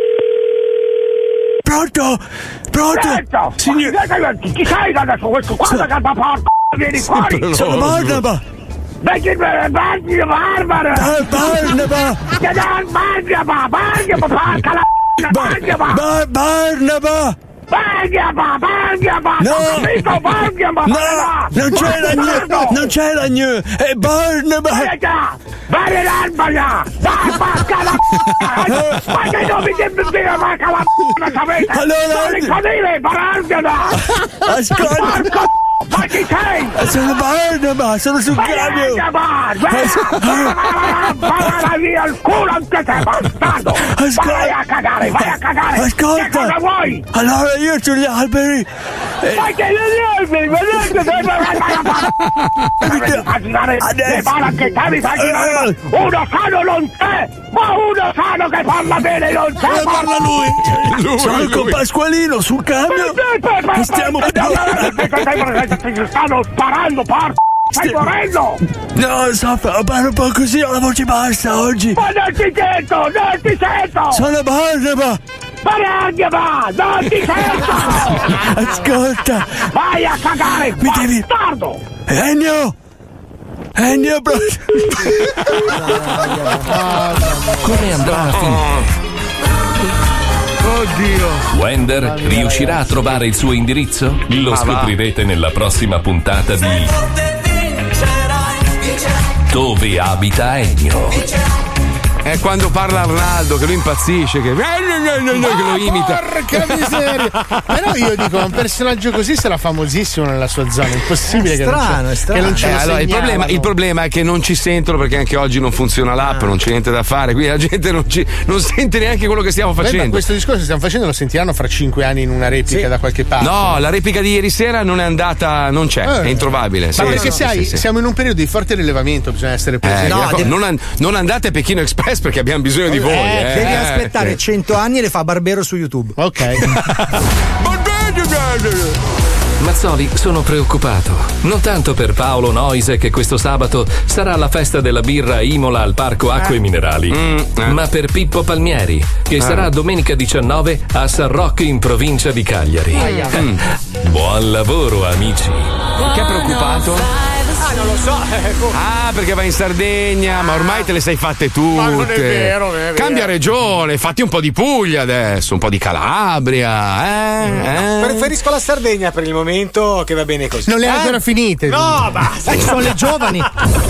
Pronto? Signor... Chi sei adesso questo? Guarda che porco, vieni fuori! Sono Barnaba! Barnaba! Non c'è ragno! È Barnaba! Ma che non mi devi dire manca la sapete? Ascolta! Ma chi sei? Sono Barnaba, sono sul camion! Vai via il culo anche te, bastardo! Vai a cagare! Ascolta! Che cosa vuoi? Allora io sugli alberi! Ma che gli alberi? Ma non ti devi immaginare le bale che te mi fai girare! Uno sano non c'è! Ma uno sano che parla bene non c'è! Parla lui! Sono con Pasqualino sul camion! Stiamo... Ti stanno sparando, porco! Stai morendo! No, parlo un po' così, ho la voce bassa oggi! Ma non ti sento! Sono Barnaba! Non ti sento! Ascolta! Vai a cagare, bastardo! Ennio, bro! Come andrà a finire? Oddio! Wender riuscirà a trovare il suo indirizzo? Lo scoprirete nella prossima puntata di Dove abita Ennio? È quando parla Arnaldo che lui impazzisce, che lo imita. Porca miseria! Però io dico, un personaggio così sarà famosissimo nella sua zona. Impossibile che non ce lo allora, il problema è che non ci sentono perché anche oggi non funziona l'app, non c'è niente da fare, quindi la gente non sente neanche quello che stiamo facendo. Ma questo discorso che stiamo facendo lo sentiranno fra 5 anni in una replica da qualche parte. No, la replica di ieri sera non è andata, non c'è, è introvabile. Ma perché siamo in un periodo di forte rilevamento, bisogna essere presenti. Non andate a Pechino Express perché abbiamo bisogno di voi. Devi aspettare 100 anni e le fa Barbero su YouTube. Ok. Mazzoli, sono preoccupato. Non tanto per Paolo Noise, che questo sabato sarà alla festa della birra Imola al Parco Acque Minerali, ma per Pippo Palmieri, che sarà domenica 19 a San Rocco in provincia di Cagliari. Buon lavoro, amici. Che è preoccupato? Non lo so. Perché vai in Sardegna, ma ormai te le sei fatte tutte. Ma non è vero, Cambia regione, fatti un po' di Puglia adesso, un po' di Calabria. Preferisco la Sardegna per il momento, che va bene così. Non le hai ancora finite. No, basta. Ci sono le giovani.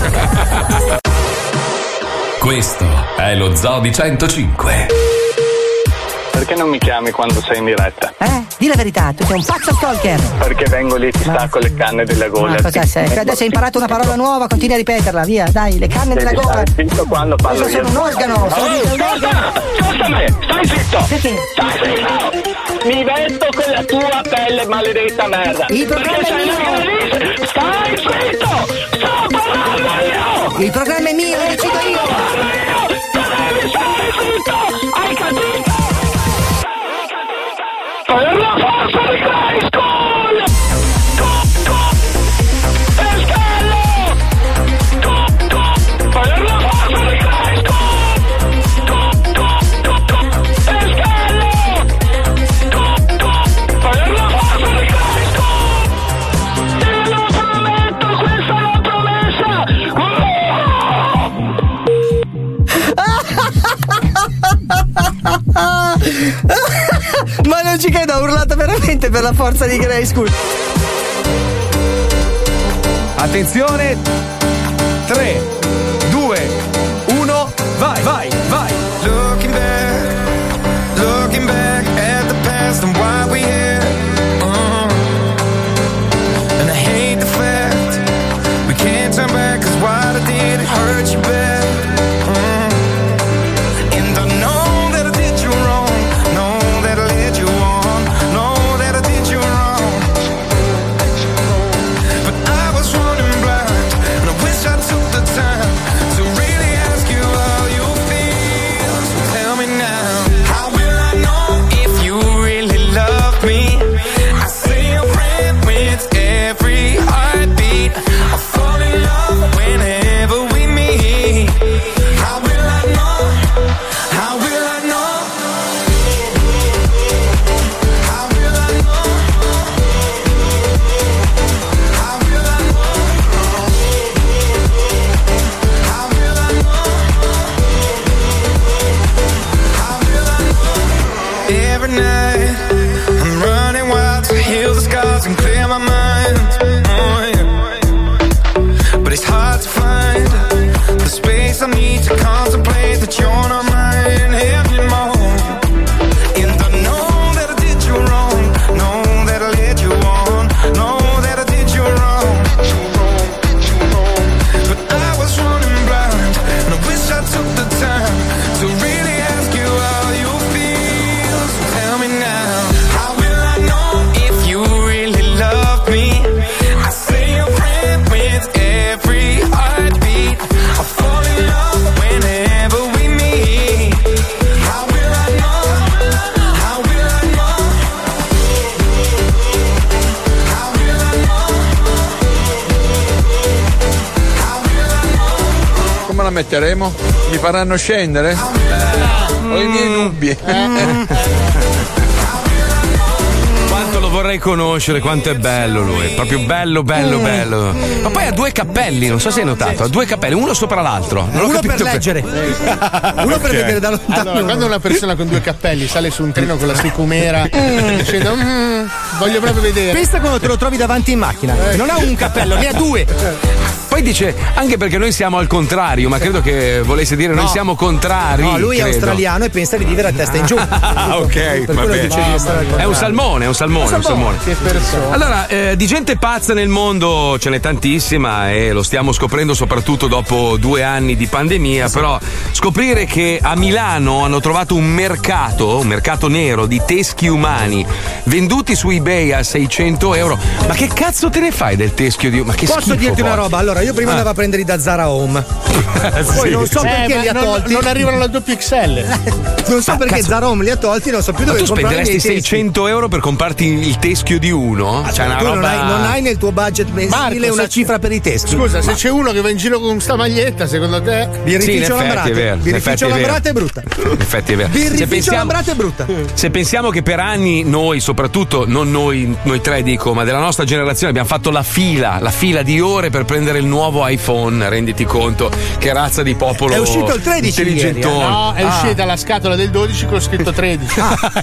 Questo è lo Zoo di 105. Perché non mi chiami quando sei in diretta? Di la verità, tu sei un pazzo stalker. Perché vengo lì e ti stacco le canne della gola. Ma cosa sei? Adesso hai imparato una parola nuova, continui a ripeterla, via, dai, le canne della gola. Stai zitto quando parlo io. Sono un organo, Scusami, stai zitto. Perché? Stai zitto. Mi vesto con la tua pelle, maledetta merda. Il programma è mio. Stai zitto. Sto parlando io. Il programma è mio, lo decido io. Devi stare zitto. Hai capito? Per la forza di Grayskull! Estello! Per la forza di Grayskull! Estello! Per la forza di Grayskull! Te lo prometto, questa è la promessa! Ma non ci credo, ha urlato veramente per la forza di Grayskull. Attenzione, 3, 2, 1, vai. Looking back at the past and why we here. And I hate the fact we can't turn back, 'cause what I did, it hurt you bad. And I know that I did you wrong, know that I led you on, know night. I'm running wild to heal the scars and clear my mind. Oh, yeah. But it's hard to find the space I need to contemplate that you're not mine anymore. And I know that I did you wrong, know that I led you on, know that I did you wrong. But I was running blind, and I wish I took the time to really ask you how you feel. So tell me now, how will I know if you really love me? I say a prayer with every heartbeat. I fall in love whenever we meet. How will I know? How will I know? How will I know? Come la metteremo? Mi faranno scendere? Ho i miei dubbi. Quanto lo vorrei conoscere, quanto è bello lui, proprio bello. Ma poi ha due cappelli, non so se hai notato, ha due cappelli, uno sopra l'altro. Non Uno ho per capito leggere, uno per vedere da lontano. Allora, quando una persona con due cappelli sale su un treno con la sicumera dicendo voglio proprio vedere. Pensa quando te lo trovi davanti in macchina, non ha un cappello, ne ha due. Poi dice, anche perché noi siamo al contrario, ma credo che volesse dire noi siamo contrari. No, lui è credo. australiano e pensa di vivere a testa in giù. Ah, ok, per va quello bene. dice di essere al È un salmone. Che persona. Allora, di gente pazza nel mondo ce n'è tantissima e lo stiamo scoprendo soprattutto dopo 2 anni di pandemia, però scoprire che a Milano hanno trovato un mercato nero di teschi umani venduti su eBay a 600 euro. Ma che cazzo te ne fai del teschio di... Ma che Posso schifo, dirti una poi. roba? Allora, io prima andavo a prenderli da Zara Home. Poi non so perché li ha tolti. Non arrivano alla doppia XL. Non so perché Zara Home li ha tolti, non so più Ma dove tu comprare i miei spenderesti teschi. 600 euro per comprarti il teschio di uno? Cioè una Tu roba... non hai nel tuo budget mensile Marco, una se cifra per i teschi. Scusa, se c'è uno che va in giro con sta maglietta, secondo te? Birrificio Lambrate. Birrificio Lambrate è brutta. In effetti è vero. Birrificio Lambrate è brutta. Se pensiamo che per anni noi, soprattutto, non noi tre dico, ma della nostra generazione abbiamo fatto la fila di ore per prendere il nuovo iPhone, renditi conto che razza di popolo è uscito il 13 intelligentone. ieri, No, è uscita la scatola del 12 con scritto 13.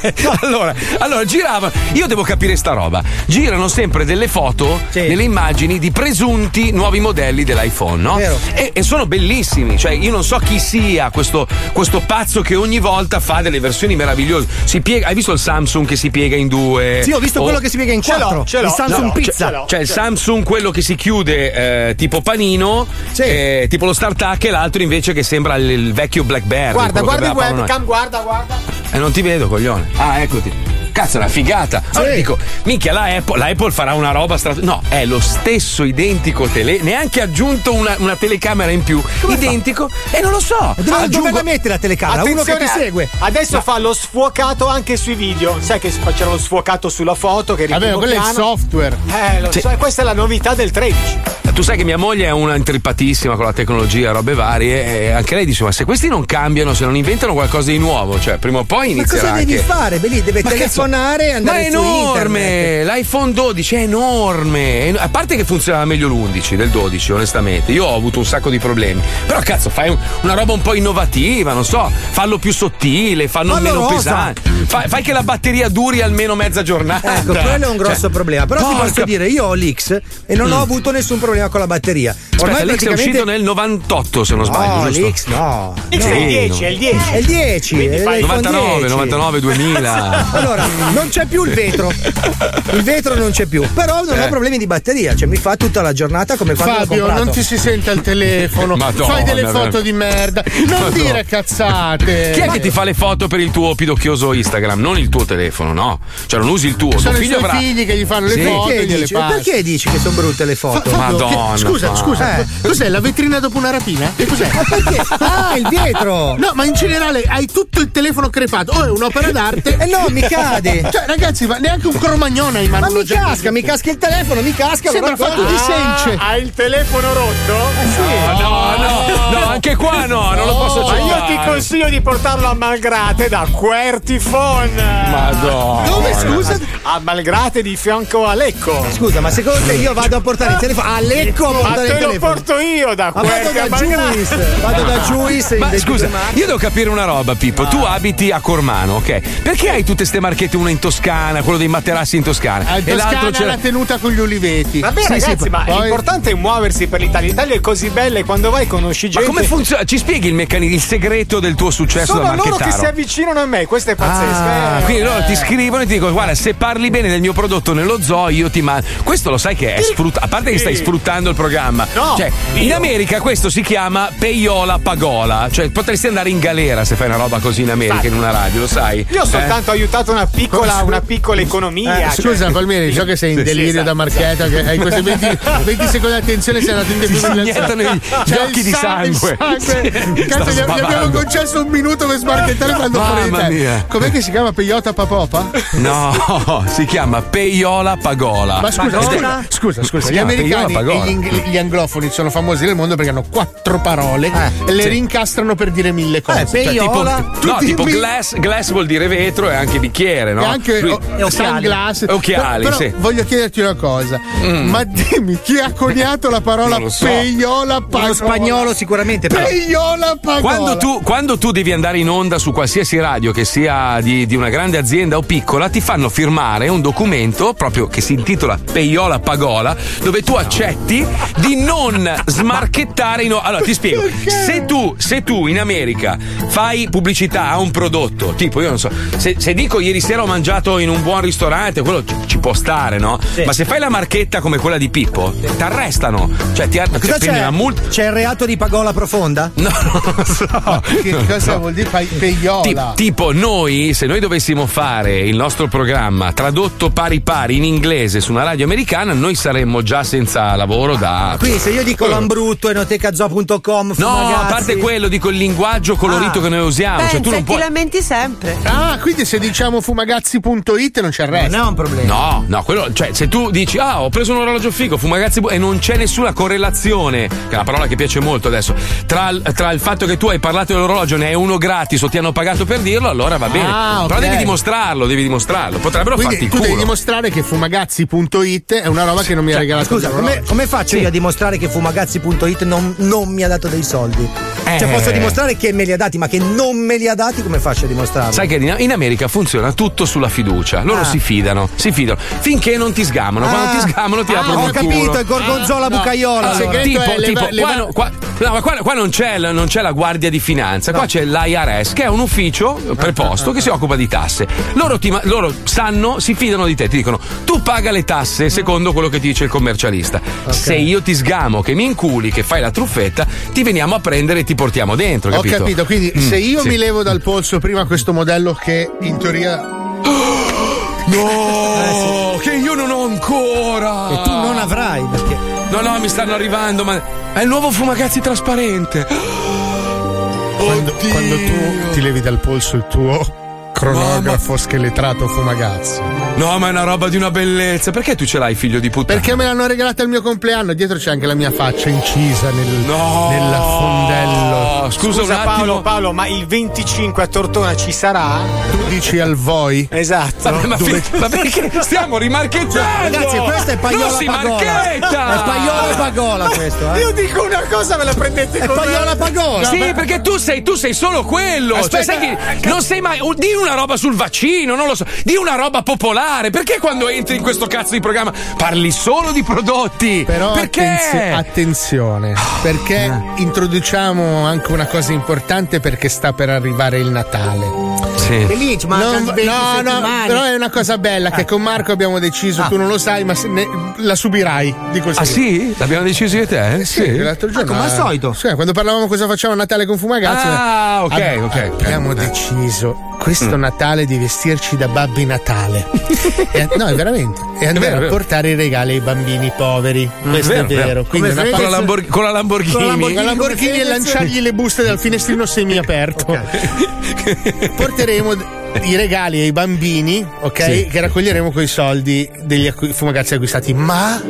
Allora giravano, io devo capire sta roba. Girano sempre delle foto, delle immagini di presunti nuovi modelli dell'iPhone, no? E sono bellissimi, cioè io non so chi sia questo pazzo che ogni volta fa delle versioni meravigliose. Si piega, hai visto il Samsung che si piega in due? Sì, ho visto quello che si piega in 4. Il Samsung Pizza. C'è il Samsung, quello che si chiude tipo panino, tipo lo StarTAC, e l'altro invece che sembra il vecchio BlackBerry. Guarda il webcam, webcam, guarda. non ti vedo, coglione. Ah, eccoti. Cazzo, è una figata. Allora dico, minchia, la Apple farà una roba no, è lo stesso identico neanche aggiunto una telecamera in più. Identico, e non lo so. Dove la metti la telecamera? Uno che ti segue. Adesso fa lo sfuocato anche sui video. Sai che faceva lo sfuocato sulla foto che vabbè, quello è il software. Lo so, questa è la novità del 13. Tu sai che mia moglie è una intrippatissima con la tecnologia, robe varie, e anche lei dice: ma se questi non cambiano, se non inventano qualcosa di nuovo, cioè prima o poi inizierà. Ma cosa devi fare? Beh, lì deve telefonare e andare ma è su enorme! internet. L'iPhone 12 è enorme. A parte che funzionava meglio l'11 del 12, onestamente. Io ho avuto un sacco di problemi. Però cazzo, fai una roba un po' innovativa, non so, fallo più sottile, fallo meno pesante. Fai che la batteria duri almeno mezza giornata. Ecco, quello è un grosso problema. Però ti posso dire, io ho l'X e non ho avuto nessun problema con la batteria. Ormai l'X è uscito nel 98, se non sbaglio. No, l'X no. L'X è il 10, è il 10. È il 10. Quindi fai 99, 2000. Allora, non c'è più il vetro. Il vetro non c'è più. Però non ho problemi di batteria. Cioè, mi fa tutta la giornata come quando l'ho Fabio, comprato. non ti si sente al telefono. Madonna, fai delle foto di merda. Non dire cazzate. Chi è che ti fa le foto per il tuo pidocchioso Instagram? Non il tuo telefono, no? Cioè, non usi il tuo. Sono Tuo i figlio suoi avrà... figli che gli fanno le foto e gliele passa. Perché dici che sono brutte le foto? Madonna. Scusa, cos'è la vetrina dopo una rapina? Che cos'è? Ma perché? Ah, il vetro! No, ma in generale hai tutto il telefono crepato. Oh, è un'opera d'arte. No, mi cade. Cioè, ragazzi, ma neanche un cromagnone hai in mano. Ma mi casca il telefono, mi casca. Sembra fatto di sence. Hai il telefono rotto? Sì. No, anche qua no, non lo posso Ma accettare. io ti consiglio di portarlo a Malgrate da QWERTYphone. Madonna. Dove, scusa? A Malgrate di fianco a Lecco. Scusa, ma secondo te io vado a portare il telefono a Lecco? Chicco a Ma portare il te lo telefono. porto io da Ma vado da Juice. Vado da Juice. Ma scusa, io devo capire una roba, Pippo. Tu abiti a Cormano, ok? Perché hai tutte ste marchette, una in Toscana, quello dei materassi in Toscana, In e l'altro Toscana c'è la tenuta con gli uliveti. Vabbè, ragazzi, ma l'importante è muoversi per l'Italia. L'Italia è così bella e quando vai conosci Ma gente. come funziona? Ci spieghi il meccanismo, il segreto del tuo successo da Sono loro marchettaro? che si avvicinano a me, questo è pazzesco. Quindi loro ti scrivono e ti dicono: guarda, se parli bene del mio prodotto nello zoo, io ti mando. Questo lo sai che è sfruttato. A parte che stai sfruttando il programma. No, cioè, in America questo si chiama peiola pagola. Cioè, potresti andare in galera se fai una roba così in America, in una radio, lo sai? Io ho soltanto aiutato una piccola economia. Scusa, Palmieri, so che sei in delirio da marchetta, che hai questi 20 secondi di attenzione, sei andato in defibrillazione. Gli occhi di sangue. Cazzo, gli abbiamo concesso un minuto per smarchettare quando fuori di te. Mia. Com'è che si chiama Peiota Papopa? No, si chiama peiola pagola. Ma scusa, Si gli chiama americani peiola pagola. e gli anglofoni sono famosi nel mondo perché hanno 4 parole e le rincastrano per dire 1000 cose. Peiola. Tipo glass vuol dire vetro e anche bicchiere, no? E anche sunglass. Occhiali, però sì. voglio chiederti una cosa. Ma dimmi, chi ha coniato la parola Non lo so. peiola pagola? Uno spagnolo sicuramente. Però. Peiola pagola. Quando tu devi andare in onda su qualsiasi radio che sia di una grande azienda o piccola, ti fanno firmare un documento proprio che si intitola Peiola Pagola, dove tu accetti di non smarchettare allora ti spiego. Se tu in America fai pubblicità a un prodotto, tipo io non so, se dico ieri sera ho mangiato in un buon ristorante, quello ci può stare, no? Sì. Ma se fai la marchetta come quella di Pippo, ti arrestano. Cioè Cosa prendi una multa. C'è il reato di pagola profonda? No, non lo so. Che cosa vuol dire peiola? Tipo noi, se noi dovessimo fare il nostro programma tradotto pari pari in inglese su una radio americana, noi saremmo già senza lavoro da. Quindi se io dico Lambrutto, enotecazoo.com, No, a parte quello, dico il linguaggio colorito che noi usiamo. Pensa, Cioè, tu non ti puoi. lamenti sempre. Ah, quindi se diciamo fumagazzi.it non c'è il resto. Non è un problema. No, quello, cioè, se tu dici, ho preso un orologio figo, fumagazzi, e non c'è nessuna correlazione, che è una parola che piace molto adesso, tra il fatto che tu hai parlato dell'orologio, ne hai uno gratis o ti hanno pagato per dirlo, allora va bene. Ah, ok. Però devi dimostrarlo. Potrebbero Quindi farti il tu culo. devi dimostrare che fumagazzi.it è una roba che non mi ha regalato. Scusa, come faccio io a dimostrare che fumagazzi.it non mi ha dato dei soldi? Cioè posso dimostrare che me li ha dati, ma che non me li ha dati, come faccio a dimostrarlo? Sai che in America funziona tutto sulla fiducia. Loro si fidano finché non ti sgamano. Quando ti sgamano ti aprono il culo. Ho capito, il gorgonzola bucaiola. Il segreto è qua non c'è la guardia di finanza, qua c'è l'IRS, che è un ufficio preposto che si occupa di tasse. Loro sanno, si fidano di te, ti dicono tu paga le tasse secondo quello che ti dice il commercialista. Se io ti sgamo, che mi inculi, che fai la truffetta, ti veniamo a prendere e ti portiamo dentro. Ho capito, quindi se io mi levo dal polso prima questo modello che in teoria. No, che io non ho ancora. E tu non avrai, perché. No, mi stanno arrivando, ma è il nuovo fumagazzi trasparente. Quando tu ti levi dal polso il tuo cronografo scheletrato fumagazzi. No, ma è una roba di una bellezza. Perché tu ce l'hai, figlio di puttana? Perché me l'hanno regalata al mio compleanno. Dietro c'è anche la mia faccia incisa nel fondello. Scusa un attimo. Paolo, ma il 25 a Tortona ci sarà? Tu dici al Voi? Esatto. Ma perché stiamo rimarchettando? Ragazzi, questo è Paiola non si Pagola. marchetta. È Paiola Pagola questo, Io dico una cosa, me la prendete con Paiola Pagola. Sì, perché tu sei solo quello. Aspetta, cioè, sai che non sei mai. Di una roba sul vaccino, non lo so. Di una roba popolare. Perché quando entri in questo cazzo di programma parli solo di prodotti? Però perché? attenzione, perché introduciamo anche una cosa importante, perché sta per arrivare il Natale. Sì. Felice, ma No, però è una cosa bella che con Marco abbiamo deciso, tu non lo sai, ma la subirai. Dico Ah sì? L'abbiamo deciso io e te? Sì, l'altro giorno. come al solito. Sì, quando parlavamo cosa facciamo a Natale con Fumagazzi. Ah, ok. Abbiamo deciso questo Natale di vestirci da Babbi Natale. No, è veramente. E andare a portare i regali ai bambini poveri. Questo è vero. Quindi con la Lamborghini. con la Lamborghini e lanciargli le buste dal finestrino semiaperto. Porteremo i regali ai bambini, ok? Sì. Che raccoglieremo coi soldi degli fumagazzi acquistati. Ma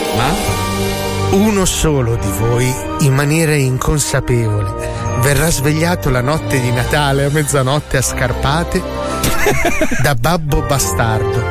uno solo di voi, in maniera inconsapevole, verrà svegliato la notte di Natale a mezzanotte a scarpate da babbo bastardo.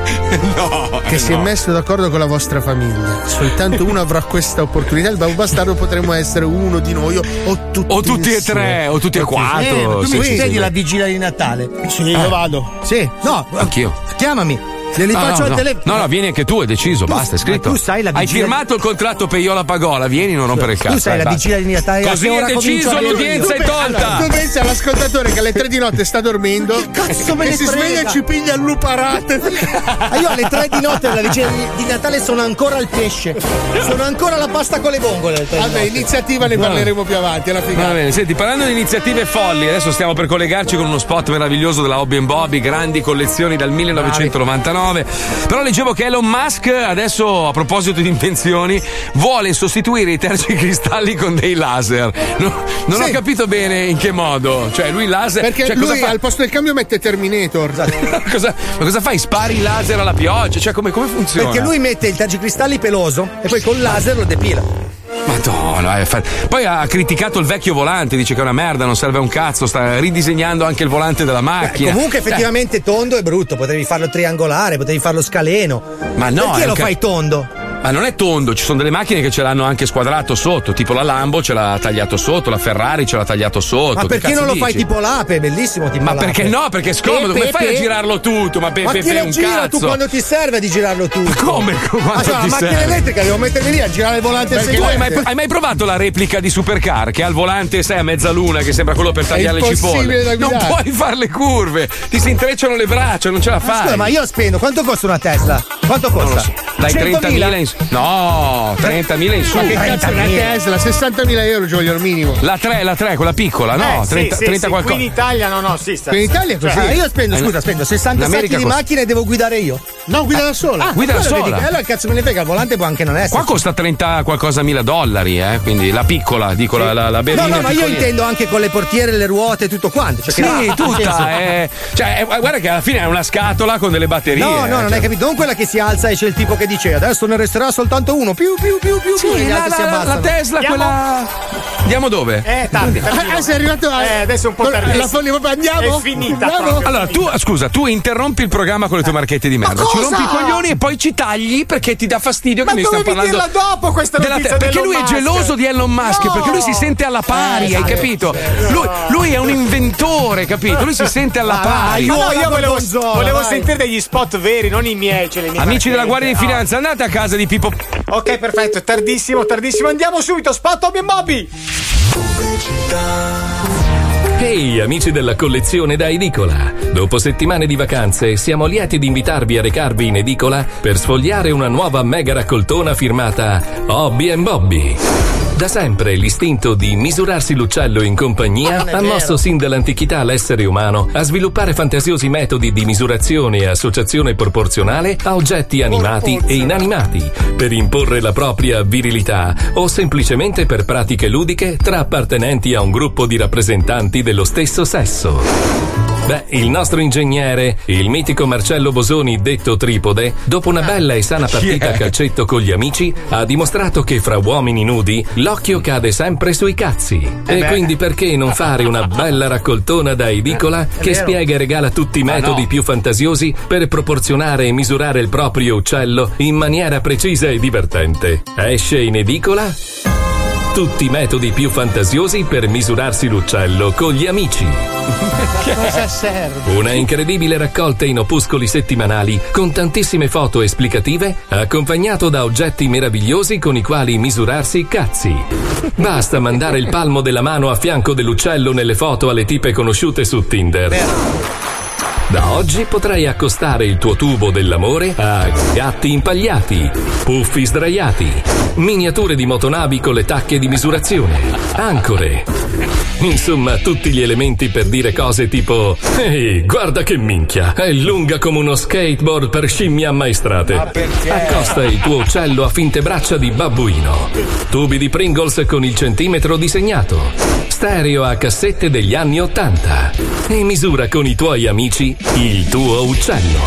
No. Che si è messo d'accordo con la vostra famiglia. Soltanto uno avrà questa opportunità. Il babbo bastardo potremmo essere uno di noi o tutti e tre, o tutti e quattro. Tu mi chiedi la vigilia di Natale? Sì, io vado. Sì, no, anch'io. Chiamami. Glieli faccio al telefono. No, vieni anche tu, è deciso, basta, è scritto. Tu sai la vigilia. Hai firmato il contratto Peiola Pagola, vieni, non rompere il cazzo. Tu sai la vigilia di Natale. Così è deciso, l'udienza è tolta. Tu pensi all'ascoltatore che alle 3 di notte sta dormendo e si sveglia e ci piglia il luparate. Io alle 3 di notte della vigilia di Natale sono ancora al pesce. Sono ancora la pasta con le vongole. Vabbè, iniziativa ne parleremo più avanti, alla fine. Va bene, senti, parlando di iniziative folli, adesso stiamo per collegarci con uno spot meraviglioso della Hobby Bobby, grandi collezioni dal 1999. Però leggevo che Elon Musk adesso, a proposito di invenzioni, vuole sostituire i tergicristalli con dei laser. Non ho capito bene in che modo. Cioè, lui laser. Perché lui al posto del cambio mette Terminator. Ma cosa fai? Spari il laser alla pioggia? Cioè, come funziona? Perché lui mette il tergicristalli peloso e poi col laser lo depila. Madonna, poi ha criticato il vecchio volante, dice che è una merda, non serve a un cazzo, sta ridisegnando anche il volante della macchina. Comunque effettivamente tondo è brutto, potevi farlo triangolare, potevi farlo scaleno. Ma no, perché lo fai tondo? Ma non è tondo, ci sono delle macchine che ce l'hanno anche squadrato sotto, tipo la Lambo ce l'ha tagliato sotto, la Ferrari ce l'ha tagliato sotto. Ma perché non lo fai tipo l'ape? È bellissimo tipo Ma l'ape. perché no? Perché è scomodo, come fai a girarlo tutto? Ma chi lo gira tu quando ti serve di girarlo tutto? Ma come? La macchina elettrica devo mettermi lì a girare il volante al seguente. Hai mai provato la replica di Supercar che ha il volante, sai, a mezzaluna, che sembra quello per tagliare le cipolle? Non puoi fare le curve, ti si intrecciano le braccia, non ce la fai. Scusa, ma io spendo, quanto costa una Tesla? Quanto costa? Non lo so. Dai 30.000 No, 30.000 in su. Ma che cazzo è una Tesla? 60.000 euro ci vogliono minimo. La 3, quella piccola, no? 30 qualcosa. Qui in Italia Qui in Italia è così. Io spendo 60 sacchi di macchina e devo guidare io. No, guida da sola. Guida da sola. Allora cazzo me ne frega, il volante può anche non essere. Qua costa 30 qualcosa mila dollari, quindi la piccola, dico la berlina. No, ma io intendo anche con le portiere, le ruote e tutto quanto. Sì, tutta. Guarda che alla fine è una scatola con delle batterie. No, non hai capito. Non quella che si alza e c'è il tipo che dice adesso ne resterà soltanto uno. Più. Sì, gli altri si abbassano. La Tesla, quella. Andiamo dove? Tardi. Sei arrivato adesso è un po' tardi. Andiamo? È finita. Allora, tu interrompi il programma con le tue marchette di merda. Ci rompi i coglioni e poi ci tagli perché ti dà fastidio che mi stiamo parlando. Ma dovevi dirla dopo questa notizia perché lui è geloso di Elon Musk, perché lui si sente alla pari, hai capito? Lui è un inventore, capito? Lui si sente alla pari. Io volevo sentire degli spot veri, non i miei. Amici della Guardia di Finanza, andate a casa di Pippo. Ok, perfetto, tardissimo. Andiamo subito, spot Hobby Bobby. Ehi amici della collezione da edicola! Dopo settimane di vacanze siamo lieti di invitarvi a recarvi in edicola per sfogliare una nuova mega raccoltona firmata Hobby Bobby. Da sempre l'istinto di misurarsi l'uccello in compagnia ha mosso sin dall'antichità l'essere umano a sviluppare fantasiosi metodi di misurazione e associazione proporzionale a oggetti animati e inanimati per imporre la propria virilità o semplicemente per pratiche ludiche tra appartenenti a un gruppo di rappresentanti dello stesso sesso. Beh, il nostro ingegnere, il mitico Marcello Bosoni, detto Tripode, dopo una bella e sana partita a calcetto con gli amici, ha dimostrato che fra uomini nudi l'occhio cade sempre sui cazzi. Quindi perché non fare una bella raccoltona da edicola che spiega e regala tutti i metodi più fantasiosi per proporzionare e misurare il proprio uccello in maniera precisa e divertente? Esce in edicola? Tutti i metodi più fantasiosi per misurarsi l'uccello con gli amici. Cosa serve? Una incredibile raccolta in opuscoli settimanali con tantissime foto esplicative, accompagnato da oggetti meravigliosi con i quali misurarsi i cazzi. Basta mandare il palmo della mano a fianco dell'uccello nelle foto alle tipe conosciute su Tinder. Da oggi potrai accostare il tuo tubo dell'amore a gatti impagliati, puffi sdraiati, miniature di motonavi con le tacche di misurazione, ancore. Insomma, tutti gli elementi per dire cose tipo ehi, guarda che minchia, è lunga come uno skateboard per scimmie ammaestrate. Ma perché? Accosta il tuo uccello a finte braccia di babbuino. Tubi di Pringles con il centimetro disegnato. Stereo a cassette degli anni '80. E misura con i tuoi amici il tuo uccello.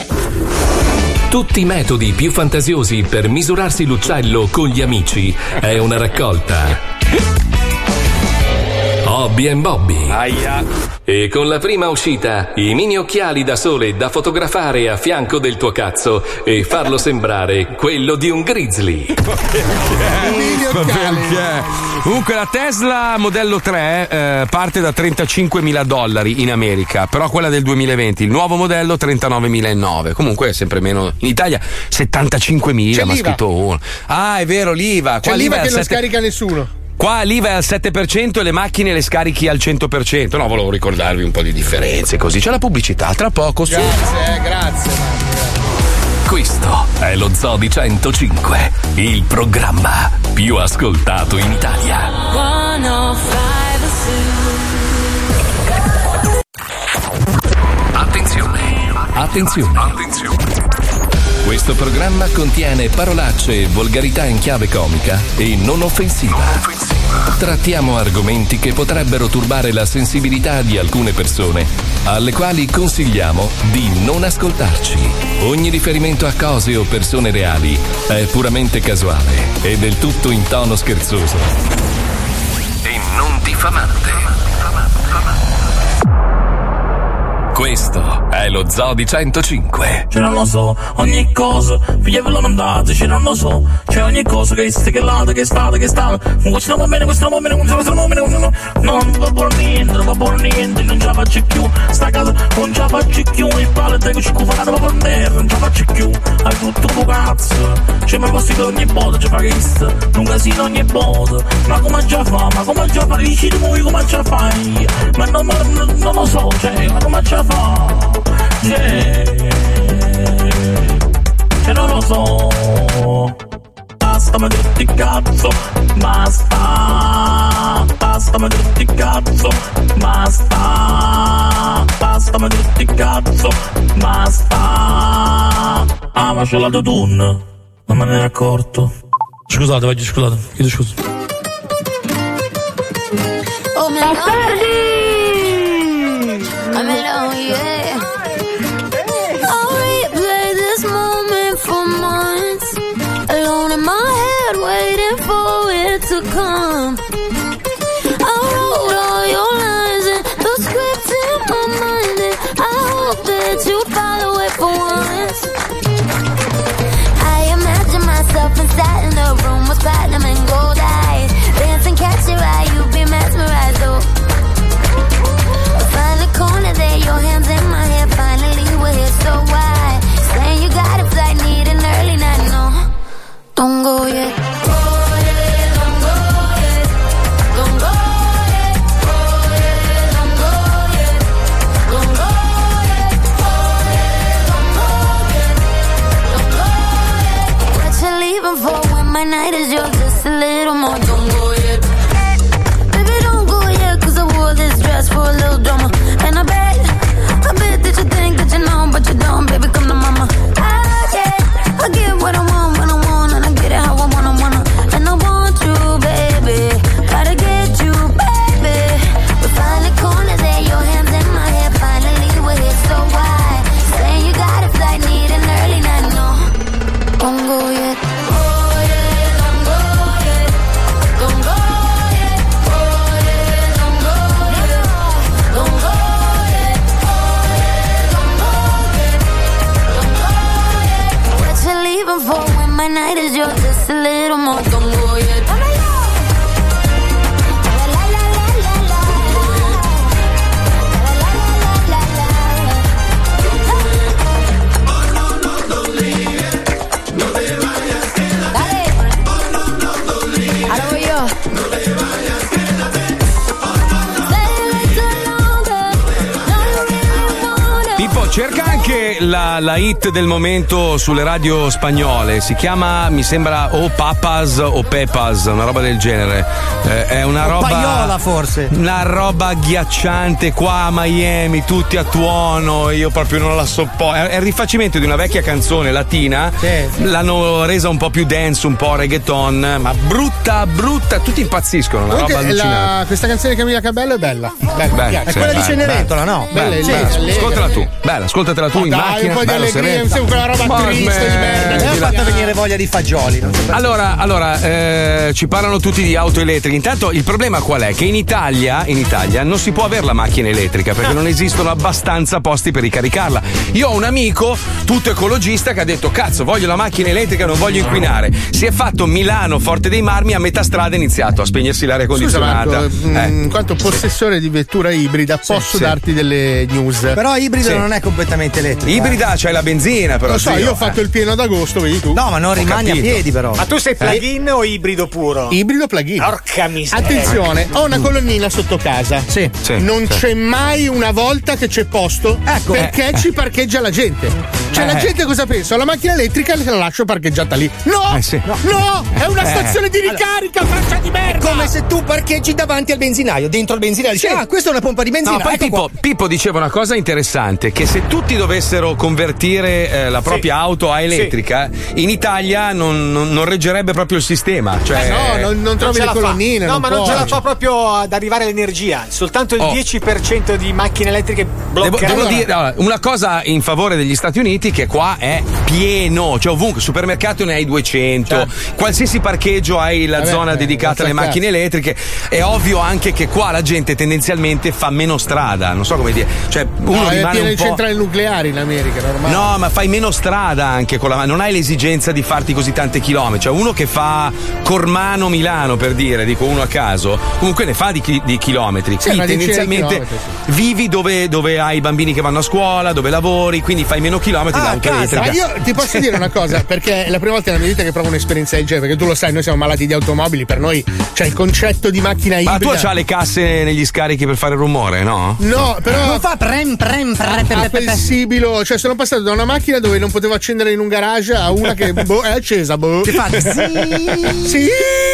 Tutti i metodi più fantasiosi per misurarsi l'uccello con gli amici è una raccolta Bobby & Bobby. Aia. E con la prima uscita, i mini occhiali da sole da fotografare a fianco del tuo cazzo e farlo sembrare quello di un grizzly. Comunque la Tesla modello 3 parte da $35.000 in America, però quella del 2020, il nuovo modello $39.900. Comunque è sempre meno. In Italia $75.000, ma scritto uno. Ah, è vero, l'IVA. C'è l'IVA che non scarica nessuno. Qua l'IVA è al 7% e le macchine le scarichi al 100%. No, volevo ricordarvi un po' di differenze, così. C'è la pubblicità, tra poco. Grazie. Questo è lo Zoo di 105, il programma più ascoltato in Italia. Attenzione. Questo programma contiene parolacce e volgarità in chiave comica e non offensiva. Trattiamo argomenti che potrebbero turbare la sensibilità di alcune persone, alle quali consigliamo di non ascoltarci. Ogni riferimento a cose o persone reali è puramente casuale e del tutto in tono scherzoso e non diffamante. Questo è lo Zoo di 105. Non lo so, ogni cosa, figliavolo non dateci, non lo so. C'è ogni cosa che è là, che sta. Questo non va bene, non va buon niente, non ce la faccio più. Sta casa non ce la faccio più, il pallet che ci cufano va per terra, non ce la faccio più. Hai tutto un cazzo, c'è mai possibile ogni botta, c'è questo, un casino ogni botta. Ma come già fa, dici tu come già fai? Ma non lo so, ma come già fa? Non lo so. Basta ma tutti cazzo, basta ma tutti cazzo, basta ma tutti cazzo, basta. Ah, ma c'ho l'autotune, non me ne ero accorto. Scusate, chiedo scusa. Oh mio Dio! Yeah. I'll replay this moment for months, alone in my head, waiting for it to come. I wrote all your lines and the script in my mind, and I hope that you follow it for once. I imagine myself inside in the room with platinum and gold eyes, dancing, catch your eye, you be mesmerized, oh. Find the corner there, your hands in my hair. Finally we're here, so why? Saying you got a flight, need an early night, no. Don't go yet. Don't go yet. Don't go yet. Don't go yet. Don't go yet. Don't go yet. Don't go yet. What you leaving for when my night is yours? Just a little more. Don't go yet. Baby, don't go yet, 'cause I wore this dress for a little drama. And I bet that you think that you know, but you don't, baby, come to mama. I get what I want when I want, and I get it how I wanna. And I want you, baby, gotta get you, baby. We find the corner there, your hands in my hair. Finally we're here, so why? Saying you got a flight, need an early night, no. Don't go yet. For when my night is yours, just a little more. Don't go yet. Ahora voy yo. Pippo, cerca anche la hit del momento sulle radio spagnole. Si chiama, mi sembra, o Papas o Pepas, una roba del genere. È una roba. Paiola, forse. Una roba agghiacciante qua a Miami, tutti a tuono. Io proprio non la sopporto. È il rifacimento di una vecchia canzone latina. Sì. L'hanno resa un po' più dance, un po' reggaeton, ma brutta. Tutti impazziscono. Una roba allucinante. Questa canzone di Camilla Cabello è bella. Bella, è quella di Cenerentola, no? Bella, sì, ascoltala tu. Bella, ascoltatela tu. in dai, macchina. un po' di bello, allegria, sereno. non sei quella roba Ma triste di merda. Mi ha fatto venire voglia di fagioli. Non so perché. Allora, ci parlano tutti di auto elettriche. Intanto il problema qual è? Che in Italia non si può avere la macchina elettrica perché non esistono abbastanza posti per ricaricarla. Io ho un amico tutto ecologista che ha detto cazzo, voglio la macchina elettrica, non voglio inquinare. Si è fatto Milano Forte dei Marmi, a metà strada ha iniziato a spegnersi l'aria condizionata. Scusa, Marco, in quanto possessore di vettura ibrida posso darti delle news. Però ibrido non è completamente elettrico. Ibrida c'hai la benzina però. Lo so, io ho fatto il pieno ad agosto, vedi tu. No, ma non rimani a piedi però. Ma tu sei plug-in o ibrido puro? Ibrido plug-in. Porca miseria. Attenzione, ho una colonnina sotto casa. Sì. Non c'è mai una volta che c'è posto perché ci parcheggia la gente. Cioè la gente cosa pensa? La macchina elettrica la lascio parcheggiata lì. No! No! È una stazione di ricarica, faccia di merda! Come se tu parcheggi davanti al benzinaio, dentro il benzinaio. Dici, questa è una pompa di benzina. No, poi Pippo diceva una cosa interessante, che se tutti dovessero convertire la propria auto a elettrica, in Italia non reggerebbe proprio il sistema. Cioè, non trovi le colonnine. No, ma non ce la fa proprio ad arrivare l'energia. Soltanto il 10% di macchine elettriche bloccheranno. Devo dire una cosa in favore degli Stati Uniti, che qua è pieno, cioè ovunque, supermercato ne hai 200, qualsiasi parcheggio hai la zona dedicata alle macchine elettriche. È ovvio anche che qua la gente tendenzialmente fa meno strada, non so come dire, cioè uno rimane è pieno un di po'... centrali nucleari in America, normale. No, ma fai meno strada anche con la non hai l'esigenza di farti così tante chilometri, cioè uno che fa Cormano-Milano, per dire, dico uno a caso, comunque ne fa di chilometri. Qui tendenzialmente vivi dove hai i bambini che vanno a scuola, dove lavori, quindi fai meno chilometri d'auto elettrica. Ma io ti posso dire una cosa, perché è la prima volta nella mia vita che provo un'esperienza del genere, perché tu lo sai, noi siamo malati di automobili, per noi c'è il concetto di macchina ibrida. Ma tu c'ha le casse negli scarichi per fare rumore, no? No, però non fa prem appensibilo, cioè sono passato da una macchina dove non potevo accendere in un garage a una che è accesa, Che fa sì.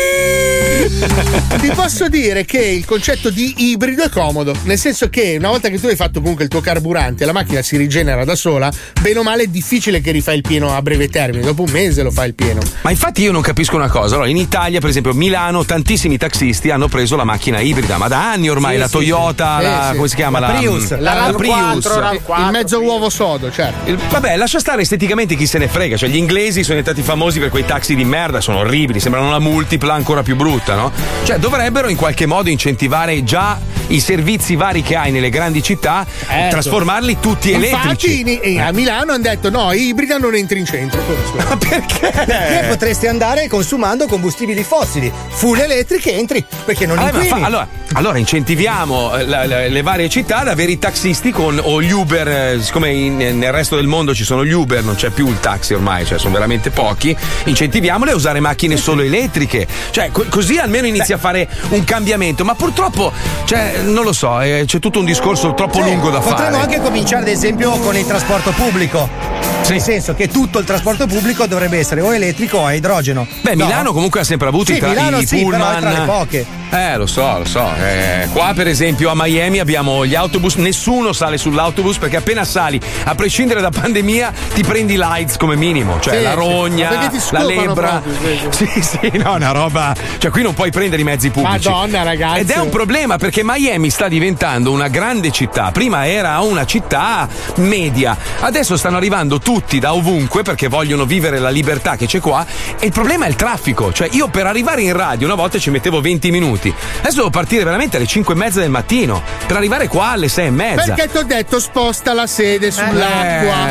Ti posso dire che il concetto di ibrido è comodo, nel senso che una volta che tu hai fatto comunque il tuo carburante, la macchina si rigenera da sola, bene o male è difficile che rifai il pieno a breve termine, dopo un mese lo fai il pieno. Ma infatti io non capisco una cosa, allora in Italia per esempio Milano tantissimi taxisti hanno preso la macchina ibrida, ma da anni ormai, la Toyota, come si chiama? La Prius, la Prius, il mezzo uovo sodo, certo. Vabbè, lascia stare esteticamente chi se ne frega, cioè gli inglesi sono diventati famosi per quei taxi di merda, sono orribili, sembrano una multipla ancora più brutta, no? Cioè dovrebbero in qualche modo incentivare già i servizi vari che hai nelle grandi città, trasformarli tutti elettrici. Infatti a Milano hanno detto no, ibrida non entri in centro. Ma perché? Perché potresti andare consumando combustibili fossili, full elettriche entri, perché non inquini. Allora incentiviamo le varie città ad avere i taxisti o gli Uber, siccome nel resto del mondo ci sono gli Uber, non c'è più il taxi ormai, cioè sono veramente pochi, incentiviamole a usare macchine solo elettriche, cioè così almeno inizia a fare un cambiamento, ma purtroppo cioè, non lo so, c'è tutto un discorso troppo lungo da fare. Potremmo anche cominciare ad esempio con il trasporto pubblico. Nel senso che tutto il trasporto pubblico dovrebbe essere o elettrico o a idrogeno. Beh, Milano comunque ha sempre avuto i Milano pullman. Però è tra le poche. Lo so. Qua per esempio a Miami abbiamo gli autobus, nessuno sale sull'autobus perché appena sali, a prescindere da pandemia, ti prendi l'AIDS come minimo, cioè la rogna, la lebbra. Sì, no, una roba. Cioè qui non puoi prendere i mezzi pubblici. Madonna, ragazzi. Ed è un problema perché Miami sta diventando una grande città. Prima era una città media, adesso stanno arrivando tutti da ovunque perché vogliono vivere la libertà che c'è qua. E il problema è il traffico. Cioè io per arrivare in radio una volta ci mettevo 20 minuti. Adesso devo partire veramente alle 5:30 del mattino per arrivare qua alle 6:30. Perché ti ho detto sposta la sede sull'acqua.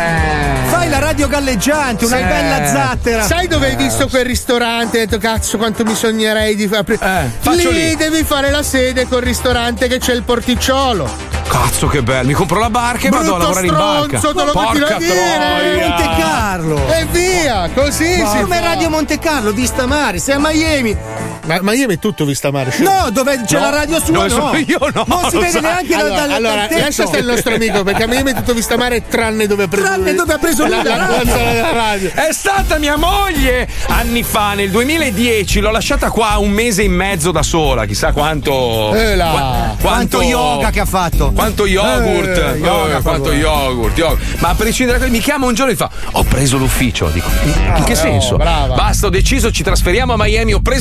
Fai la radio galleggiante, una bella zattera. Sai dove hai visto quel ristorante? Hai detto cazzo quanto mi sognerei di fare. Lì devi fare la sede col ristorante che c'è il porticciolo. Cazzo che bello, mi compro la barca e vado a lavorare in barca. Porca troia. Monte Carlo. E via, così si come fa. Radio Monte Carlo, vista mare, sei a Miami. Ma Miami è tutto vista mare. No, dove c'è la radio sua, dove sono io no. Non si vede neanche allora dal lascia stare il nostro amico, perché a Miami è tutto vista mare tranne dove ha preso la radio. È stata mia moglie anni fa, nel 2010, l'ho lasciata qua un mese e mezzo da sola, chissà quanto quanto yoga che ha fatto. Quanto yogurt, quanto yogurt. Ma a prescindere da quello, mi chiama un giorno e fa: ho preso l'ufficio. Dico, in che senso? Brava. Basta, ho deciso, ci trasferiamo a Miami, ho preso l'ufficio.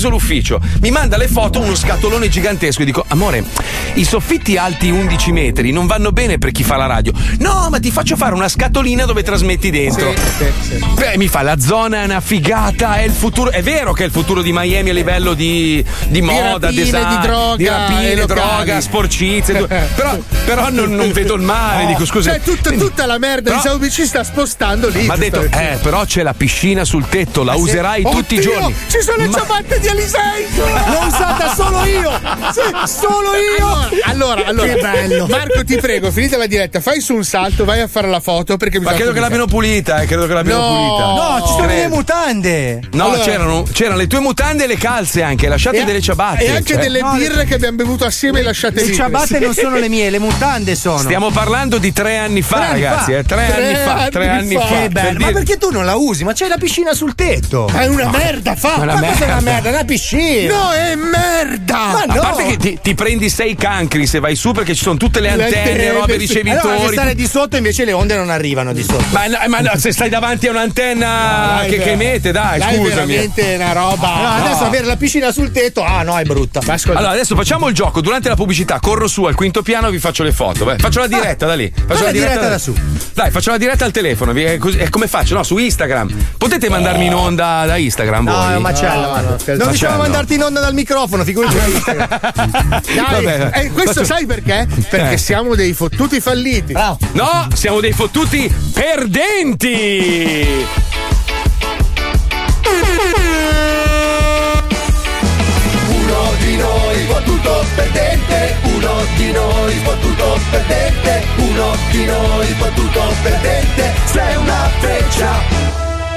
faccio? Mi manda le foto uno scatolone gigantesco e dico: amore, i soffitti alti 11 metri non vanno bene per chi fa la radio. No, ma ti faccio fare una scatolina dove trasmetti dentro. Sì. Beh, mi fa: la zona è una figata, è il futuro. È vero che è il futuro di Miami a livello di moda, rapine, design, di droga, di rapine, droga, sporcizie. Però non vedo il mare. Dico scusa. Cioè, tutta la merda di South Beach si sta spostando lì. Ma ha detto: però c'è la piscina sul tetto, la userai tutti i giorni. Ci sono le ciabatte di Alisei! L'ho usata solo io! Solo io! Allora, che bello! Marco, ti prego, finita la diretta, fai su un salto, vai a fare la foto perché ma credo che l'abbiano pulita, pulita. No, ci sono le mutande! No, allora, c'erano le tue mutande e le calze anche, lasciate delle ciabatte. E anche delle birre che abbiamo bevuto assieme e lasciate lì. Le ciabatte non sono le mie, le mutande sono. Stiamo parlando di 3 anni fa, ragazzi. 3 anni fa. Che bello. Ma perché tu non la usi? Ma c'è la piscina sul tetto. È una merda, fa! Ma cosa è una merda? È una piscina! No, è merda! Ma no! A parte che ti prendi 6 cancri se vai su perché ci sono tutte le antenne, robe ricevitori. Allora, che stare di sotto invece le onde non arrivano di sotto. Ma no, se stai davanti a un'antenna che emette, dai, scusami. È veramente una roba. No, adesso avere la piscina sul tetto, no, è brutta. Allora, adesso facciamo il gioco. Durante la pubblicità corro su al quinto piano e vi faccio le foto. Vai, faccio la diretta da lì. Faccio la diretta da su. Dai, faccio la diretta al telefono. E come faccio? No, su Instagram. Potete mandarmi in onda da Instagram voi? No, è un macello. Non riusciamo a mandarti in onda dal microfono, figurati da Instagram. Dai, questo sai perché? Perché siamo dei fottuti falliti. No, siamo dei fottuti perdenti. Uno di noi fottuto perdente, uno di noi fottuto perdente, uno di noi fottuto perdente, sei una freccia.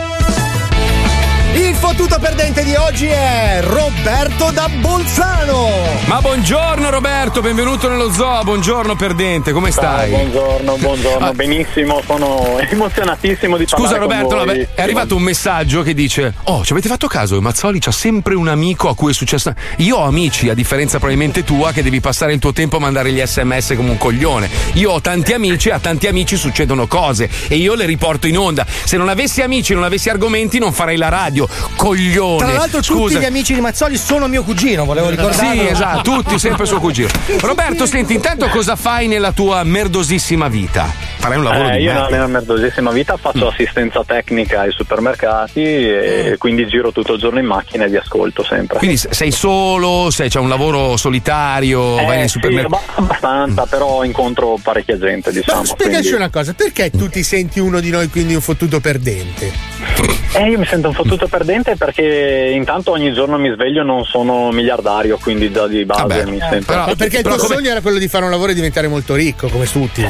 Il fottuto perdente di oggi è Roberto da Bolzano. Ma buongiorno Roberto, benvenuto nello zoo. Buongiorno perdente, come stai? Buongiorno, benissimo, sono emozionatissimo di parlare. Scusa Roberto, con voi. È arrivato un messaggio che dice: ci avete fatto caso? Mazzoli c'ha sempre un amico a cui è successo. Io ho amici, a differenza probabilmente tua, che devi passare il tuo tempo a mandare gli SMS come un coglione. Io ho tanti amici, a tanti amici succedono cose e io le riporto in onda. Se non avessi amici, non avessi argomenti, non farei la radio. Coglione. Tra l'altro tutti gli amici di Mazzoli sono mio cugino, volevo ricordarlo. Sì, esatto, tutti sempre suo cugino. Roberto, senti, intanto cosa fai nella tua merdosissima vita? Farai un lavoro di io merda. nella mia merdosissima vita faccio assistenza tecnica ai supermercati e quindi giro tutto il giorno in macchina e vi ascolto sempre. Quindi sei solo, c'è un lavoro solitario, vai nei supermercati? Sì, abbastanza, però incontro parecchia gente, diciamo. Ma spiegaci una cosa, perché tu ti senti uno di noi, quindi un fottuto perdente? Io mi sento un fottuto perdente perché intanto ogni giorno mi sveglio e non sono miliardario, quindi già di base mi sento. Ma perché il tuo sogno era quello di fare un lavoro e diventare molto ricco, come tutti.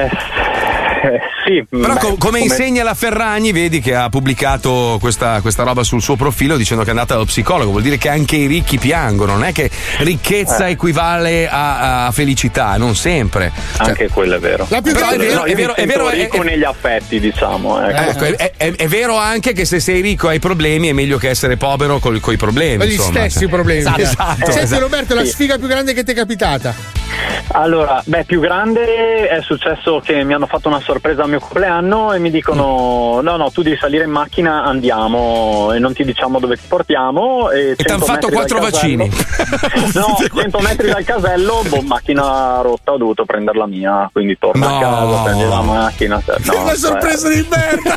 Sì, però come insegna la Ferragni, vedi che ha pubblicato questa roba sul suo profilo dicendo che è andata dallo psicologo. Vuol dire che anche i ricchi piangono, non è che ricchezza equivale a felicità, non sempre. Anche quello è vero. La più grande è vero ricco negli affetti, diciamo. È vero anche che se sei ricco hai problemi, è meglio che essere povero coi problemi. Con gli stessi problemi. Esatto. Senti Roberto, la sfiga più grande che ti è capitata? Allora, più grande è successo che mi hanno fatto una sorpresa al mio compleanno e mi dicono no, tu devi salire in macchina, andiamo e non ti diciamo dove ti portiamo e ti hanno fatto 4 vaccini. No, 100 metri dal casello, macchina rotta, ho dovuto prendere la mia, quindi torno a casa, prendi la macchina. È una sorpresa di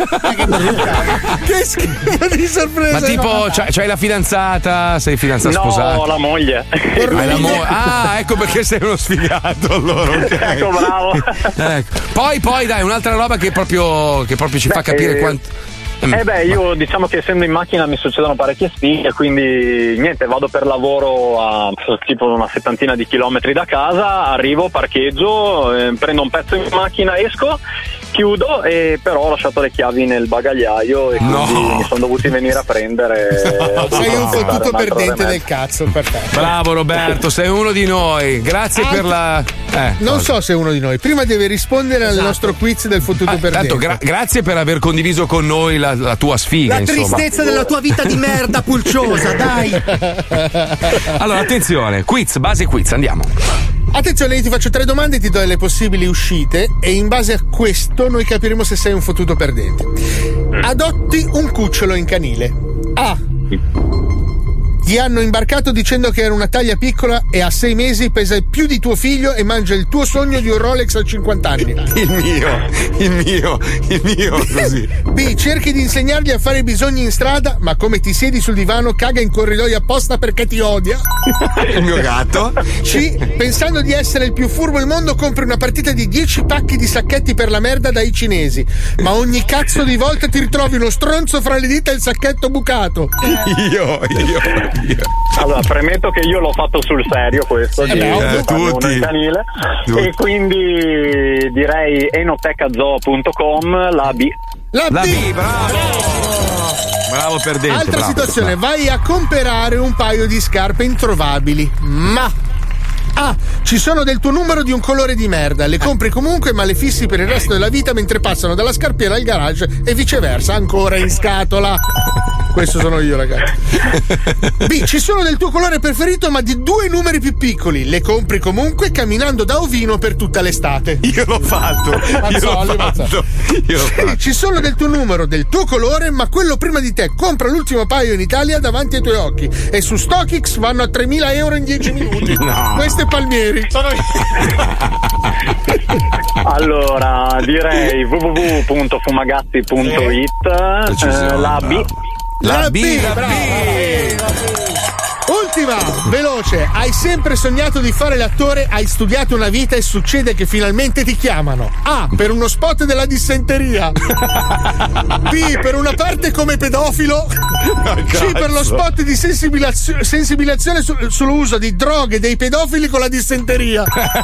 merda. Che schifo di sorpresa. Ma tipo c'hai la fidanzata, sei fidanzata sposata? No, la moglie. Ecco perché sei uno sfigato allora, okay. Ecco, bravo. Ecco. Poi dai, un'altra roba che proprio ci fa capire quanto. Io diciamo che essendo in macchina mi succedono parecchie sfighe, quindi niente, vado per lavoro a tipo una settantina di chilometri da casa, arrivo, parcheggio, prendo un pezzo in macchina, esco, chiudo e però ho lasciato le chiavi nel bagagliaio e quindi mi sono dovuti venire a prendere. Sei un fottuto perdente del cazzo, perfetto. Bravo Roberto, sei uno di noi, grazie per la. Non so se è uno di noi, prima deve rispondere al nostro quiz del fottuto perdente. Grazie per aver condiviso con noi la tua sfiga. La tristezza della tua vita di merda pulciosa, dai. Allora, attenzione, base quiz, andiamo. Attenzione, io ti faccio 3 domande, ti do le possibili uscite e in base a questo noi capiremo se sei un fottuto perdente. Adotti un cucciolo in canile. A. Ti hanno imbarcato dicendo che era una taglia piccola e a 6 mesi pesa più di tuo figlio e mangia il tuo sogno di un Rolex a 50 anni. Il mio, così. B. Cerchi di insegnargli a fare i bisogni in strada, ma come ti siedi sul divano caga in corridoio apposta perché ti odia. Il mio gatto. C. Pensando di essere il più furbo al mondo compri una partita di 10 pacchi di sacchetti per la merda dai cinesi, ma ogni cazzo di volta ti ritrovi uno stronzo fra le dita e il sacchetto bucato. Io. Allora, premetto che io l'ho fatto sul serio questo, tutti. Canile, e quindi direi enotecazoo.com, la B. La B, bravo per dentro. Altra bravo, situazione, bravo. vai a comprare un paio di scarpe introvabili, ma ci sono del tuo numero di un colore di merda, le compri comunque ma le fissi per il resto della vita mentre passano dalla scarpiera al garage e viceversa, ancora in scatola. Questo sono io, ragazzi. B. Ci sono del tuo colore preferito ma di 2 numeri più piccoli, le compri comunque camminando da ovino per tutta l'estate. Io l'ho fatto. Ci sono del tuo numero, del tuo colore, ma quello prima di te compra l'ultimo paio in Italia davanti ai tuoi occhi e su StockX vanno a 3.000 euro in 10 minuti. No. Questo è Palmieri. Sono io. Allora, direi www.fumagazzi.it, la B. La B, bravo. Ultima, veloce. Hai sempre sognato di fare l'attore, hai studiato una vita e succede che finalmente ti chiamano. A. Per uno spot della dissenteria. B. Per una parte come pedofilo. C. Per lo spot di sensibilizzazione sull'uso di droghe dei pedofili con la dissenteria.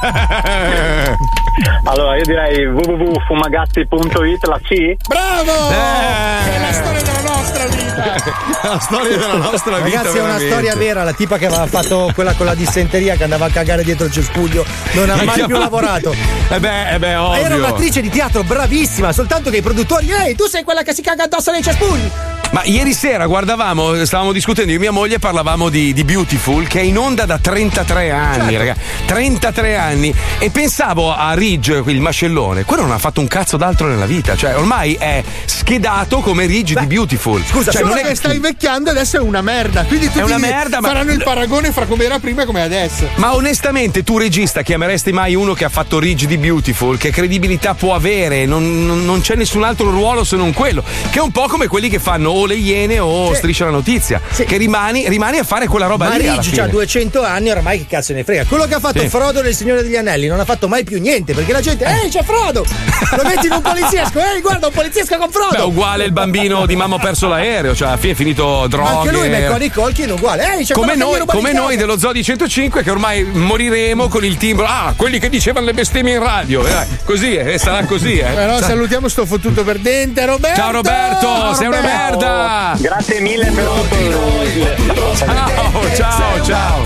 Allora, io direi www.fumagazzi.it, la C. Bravo! È la storia della nostra vita. La storia della nostra vita. Ragazzi, è una veramente. storia vera. La tipa che aveva fatto quella con la dissenteria, che andava a cagare dietro il cespuglio, non ha mai più lavorato. Ovvio. Era un'attrice di teatro bravissima, soltanto che i produttori, ehi, tu sei quella che si caga addosso nei cespugli. Ma ieri sera stavamo discutendo io e mia moglie, parlavamo di Beautiful, che è in onda da 33 anni, certo. Ragazzi. 33 anni. E pensavo a Ridge, il mascellone. Quello non ha fatto un cazzo d'altro nella vita. Cioè, ormai è schedato come Ridge di Beautiful. Scusa, cioè, non è che stai invecchiando, adesso è una merda. Quindi tutti faranno il paragone fra come era prima e come è adesso. Ma onestamente, tu regista chiameresti mai uno che ha fatto Ridge di Beautiful? Che credibilità può avere? Non c'è nessun altro ruolo se non quello. Che è un po' come quelli che fanno o le Iene o Striscia la notizia. Sì. Che rimani a fare quella roba ma lì. Ma Ridge ha 200 anni, oramai che cazzo ne frega. Quello che ha fatto Frodo nel Signore degli Anelli non ha fatto mai più niente, perché la gente, ehi, c'è Frodo! Lo metti in un poliziesco, ehi, guarda, un poliziesco con Frodo! Beh, uguale il bambino di Mamma ho perso l'aereo, cioè alla fine è finito droghe. Ma anche lui, Macaulay Culkin, uguale. Ehi, c'è come noi dello Zoo di 105 che ormai moriremo con il timbro. Quelli che dicevano le bestemmie in radio. Così, sarà così. Però salutiamo sto fottuto perdente, Roberto. Ciao Roberto, sei una merda. Grazie mille per tutto. Ciao.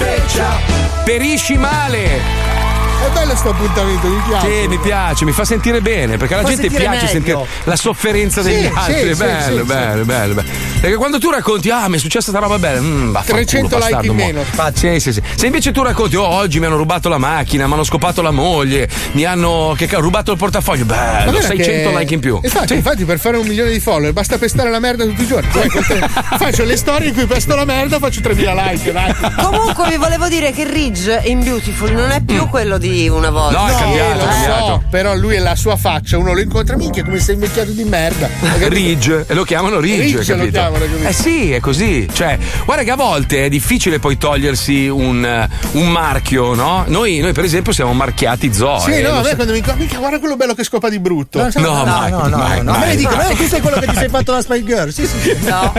Perisci male. È bello sto appuntamento, mi piace. Sì, mi piace, mi fa sentire bene, perché alla gente piace sentire la sofferenza degli altri. È bello. Perché quando tu racconti, mi è successa sta roba bella, 300 like in meno. Sì. Se invece tu racconti, oggi mi hanno rubato la macchina, mi hanno scopato la moglie, mi hanno rubato il portafoglio, bello, 600 like in più. Infatti, per fare 1 milione di follower basta pestare la merda tutti i giorni. Faccio le storie in cui pesto la merda, faccio 3.000 like. Vai. Comunque vi volevo dire che Ridge in Beautiful non è più quello di una volta. No, è cambiato. So, però lui è la sua faccia, uno lo incontra, minchia, come sei invecchiato di merda. Ridge, e lo chiamano Ridge, capito? Lo chiamano, capito? Sì, è così. Cioè, guarda che a volte è difficile poi togliersi un marchio, no? Noi per esempio siamo marchiati Zoo. Sì, a me quando mi incontro, minchia, guarda quello bello che scopa di brutto. No. A me ne dicono, tu sei quello che ti sei fatto la Spy Girl. Sì. No,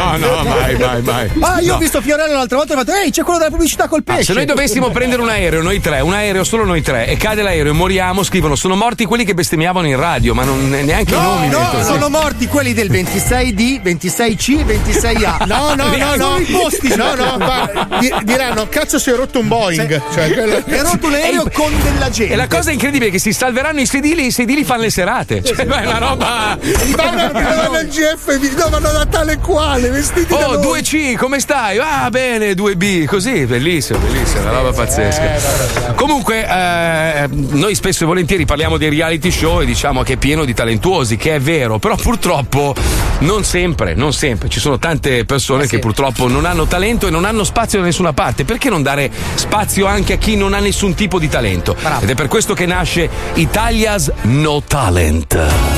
mai. Io ho visto Fiorello l'altra volta e ho fatto, ehi, c'è quello della pubblicità col pesce. Se noi dovessimo prendere un aereo, solo noi tre, e cade l'aereo e moriamo, scrivono: sono morti quelli che bestemmiavano in radio, ma non neanche i nomi. No, sono morti quelli del 26D, 26C, 26A. No. Sono i posti. Diranno: cazzo, si è rotto un Boeing. Cioè, è rotto un aereo con della gente. E la cosa incredibile è che si salveranno i sedili e i sedili fanno le serate. Cioè, è una roba. Vanno al GF, vanno da tale quale, vestiti da noi. 2C, come stai? Bene, 2B, così, bellissimo, una roba pazzesca. Comunque, noi spesso e volentieri parliamo dei reality show e diciamo che è pieno di talentuosi, che è vero, però purtroppo non sempre. Ci sono tante persone che purtroppo non hanno talento e non hanno spazio da nessuna parte. Perché non dare spazio anche a chi non ha nessun tipo di talento? Bravo. Ed è per questo che nasce Italia's No Talent.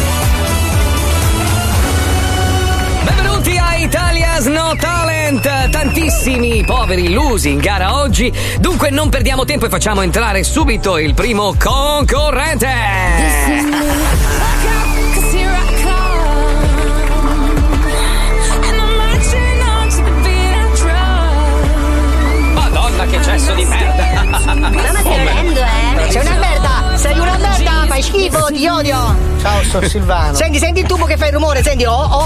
Benvenuti a Italia's No Talent. Tantissimi poveri illusi in gara oggi, dunque non perdiamo tempo e facciamo entrare subito il primo concorrente. Madonna, che cesso di merda. Mamma, stai vedendo, Sei una merda, sei una merda, fai schifo, ti odio. Ciao, sono Silvano. Senti il tubo che fa il rumore, senti,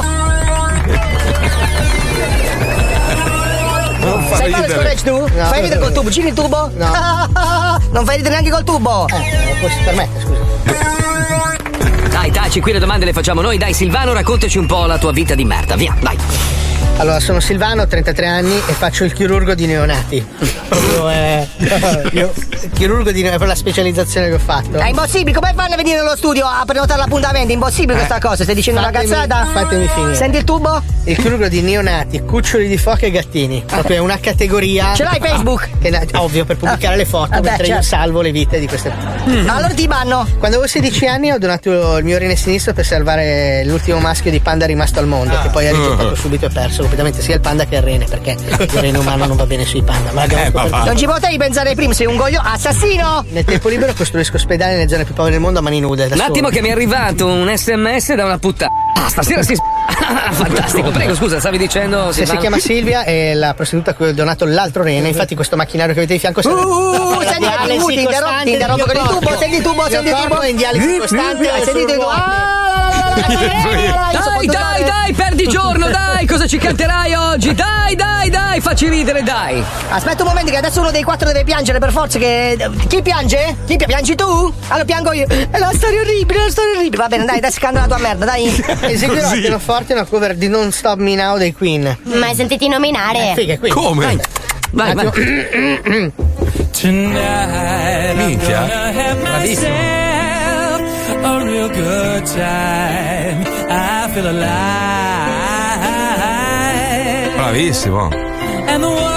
Sai fare scorregge tu? No. Fai ridere col tubo, giri il tubo? No. Non fai ridere neanche col tubo? Non posso permettere, scusa. Dai, taci, qui le domande le facciamo noi. Dai, Silvano, raccontaci un po' la tua vita di merda, via, dai. Allora, sono Silvano, ho 33 anni e faccio il chirurgo di neonati. Io chirurgo di neonati, per la specializzazione che ho fatto. È impossibile, come fanno a venire nello studio a prenotare l'appuntamento? È impossibile questa cosa, stai dicendo una cazzata? Fatemi finire. Senti il tubo? Il chirurgo di neonati, cuccioli di foca e gattini. Proprio è una categoria. Ce l'hai Facebook? Ovvio, per pubblicare le foto, mentre io salvo le vite di queste. Allora ti banno. Quando avevo 16 anni ho donato il mio rene sinistro per salvare l'ultimo maschio di panda rimasto al mondo, che poi ha rigettato subito e perso completamente sia il panda che il rene, perché il rene umano non va bene sui panda. Ma non ci potevi pensare prima, sei un coglione assassino! Nel tempo libero costruisco ospedali nelle zone più povere del mondo a mani nude. Un attimo che mi è arrivato un SMS da una puttana. Stasera si fantastico, prego, scusa, stavi dicendo. Si chiama Silvia, è la prostituta a cui ho donato l'altro rene. Infatti questo macchinario che avete di fianco ti interrompo con il tubo, senti il tubo, in dialisi costante. Sentite Dai, perdi giorno, dai, cosa ci canterai oggi? Dai, facci ridere, dai. Aspetta un momento che adesso uno dei quattro deve piangere per forza, che. Chi piange? Piangi tu? Allora piango io. È la storia orribile. Va bene, dai, adesso canta la tua merda, dai. Eseguirò il pianoforte una cover di Non Stop Me Now dei Queen. Ma hai sentiti nominare? Figa, qui. Come? Vai. Minchia. Bravissimo. A real good time. I feel alive. Bravissimo. And the world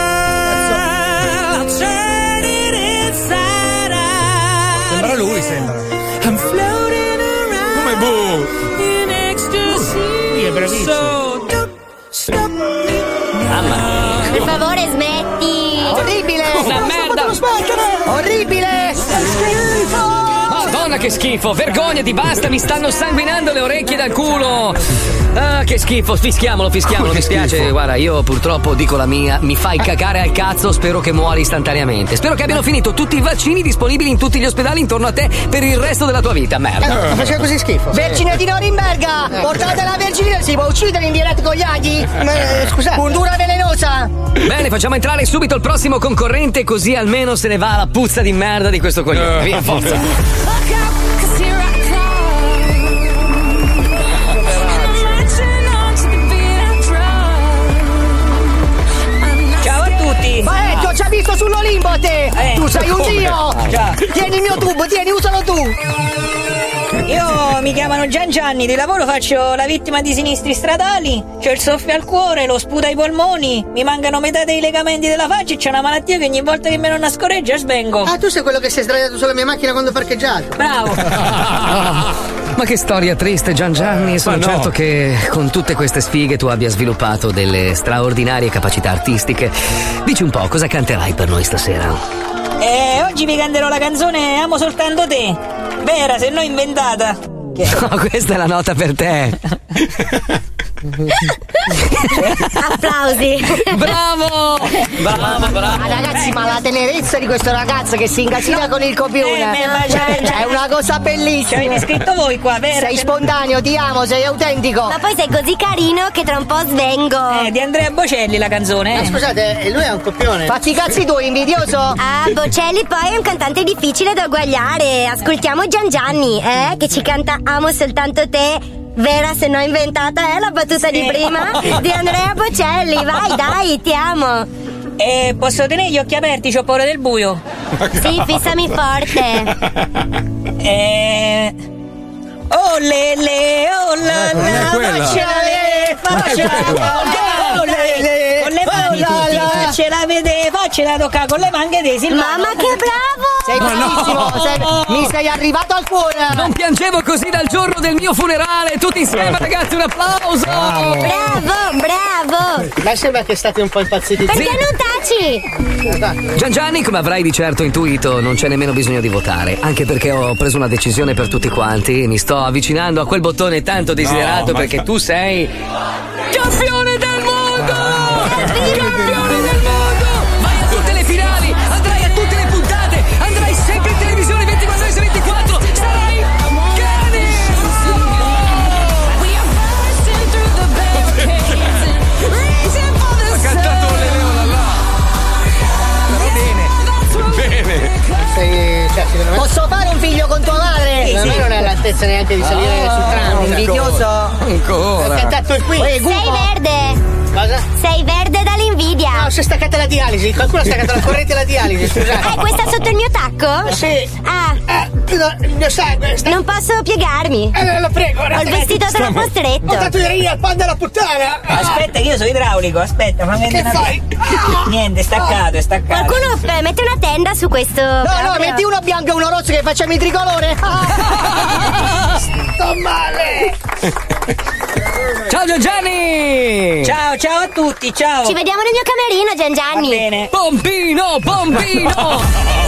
turning inside out. Sembra lui, sembra. I'm floating around. Come boh. In ecstasy. Lui è bravissimo. So don't stop me. Mamma mia. Per favore, smetti. Orribile. Una merda. Orribile. Madonna, che schifo, vergognati, basta, mi stanno sanguinando le orecchie dal culo. Ah, che schifo, fischiamolo, mi spiace. Schifo. Guarda, io purtroppo dico la mia, mi fai cagare al cazzo, spero che muori istantaneamente. Spero che abbiano finito tutti i vaccini disponibili in tutti gli ospedali intorno a te per il resto della tua vita, merda. Ma faceva così schifo. Vergine di Norimberga! Portate la vergine, si può uccidere in diretta con gli aghi? Scusate. Puntura velenosa! Bene, facciamo entrare subito il prossimo concorrente, così almeno se ne va la puzza di merda di questo coglione. Via, forza. Ma ti ho già visto sull'Olimpo a te! Tu sei un dio! Tieni il mio tubo, usalo tu! Io mi chiamano Gianni, di lavoro faccio la vittima di sinistri stradali, c'ho il soffio al cuore, lo sputo ai polmoni, mi mancano metà dei legamenti della faccia e c'è una malattia che ogni volta che me non scorreggia svengo. Ah, tu sei quello che si è sdraiato sulla mia macchina quando ho parcheggiato. Bravo! Ma che storia triste, Gianni. Sono certo che con tutte queste sfighe tu abbia sviluppato delle straordinarie capacità artistiche. Dici un po', cosa canterai per noi stasera? Oggi vi canterò la canzone Amo soltanto te. Vera, se no inventata. No, questa è la nota per te. Applausi. Bravo. Ma ragazzi, ma la tenerezza di questo ragazzo che si incasina con il copione è una cosa bellissima. Ci avete scritto voi qua, vero? Sei spontaneo, ti amo, sei autentico. Ma poi sei così carino che tra un po' svengo. Di Andrea Bocelli la canzone. Scusate, lui è un copione. Fatti i cazzi tuoi, invidioso. Ah, Bocelli poi è un cantante difficile da uguagliare. Ascoltiamo Gianni, che ci canta Amo soltanto te. Vera, se no inventata è la battuta di prima di Andrea Bocelli. Vai, dai, ti amo. Posso tenere gli occhi aperti, c'ho paura del buio. Sì, fissami forte. Oh le, oh la la, faccela toccare con le mani di Silvano. Mamma che bravo! Sei bravissimo, mi sei arrivato al cuore. Non piangevo così dal giorno del mio funerale. Tutti insieme, ragazzi, un applauso. Bravo. Ma sembra che state un po' impazziti. Perché non taci? Gianni, come avrai di certo intuito, non c'è nemmeno bisogno di votare, anche perché ho preso una decisione per tutti quanti. Mi sto avvicinando a quel bottone tanto desiderato, perché tu sei campione del mondo! Campione del mondo! Vai a tutte le finali, andrai a tutte le puntate, andrai sempre in televisione 24/24, sarai Ha cantato Leleo là. Bene. Posso fare un figlio con tua madre? Sì. Non è all'altezza neanche di salire sul tram. Invidioso. Ancora. Ha cantato il qui. Sei verde. Cosa? Sei verde dall'invidia. No, si è staccata la dialisi. Qualcuno ha staccato la corrente e la dialisi, scusate. Questa sotto il mio tacco? Sì. Ah. Il mio sangue sta... Non posso piegarmi. La prego. Ho il vestito troppo stretto. Ho dato ieri al pan della puttana. Aspetta, che io sono idraulico, aspetta, fammi Che fai? Niente, è staccato. Qualcuno mette una tenda su questo. No, metti uno bianco e uno rosso che facciamo il tricolore. Sto male. Ciao Gianni! Ciao a tutti, ciao! Ci vediamo nel mio camerino, Gianni. Va bene. Pompino!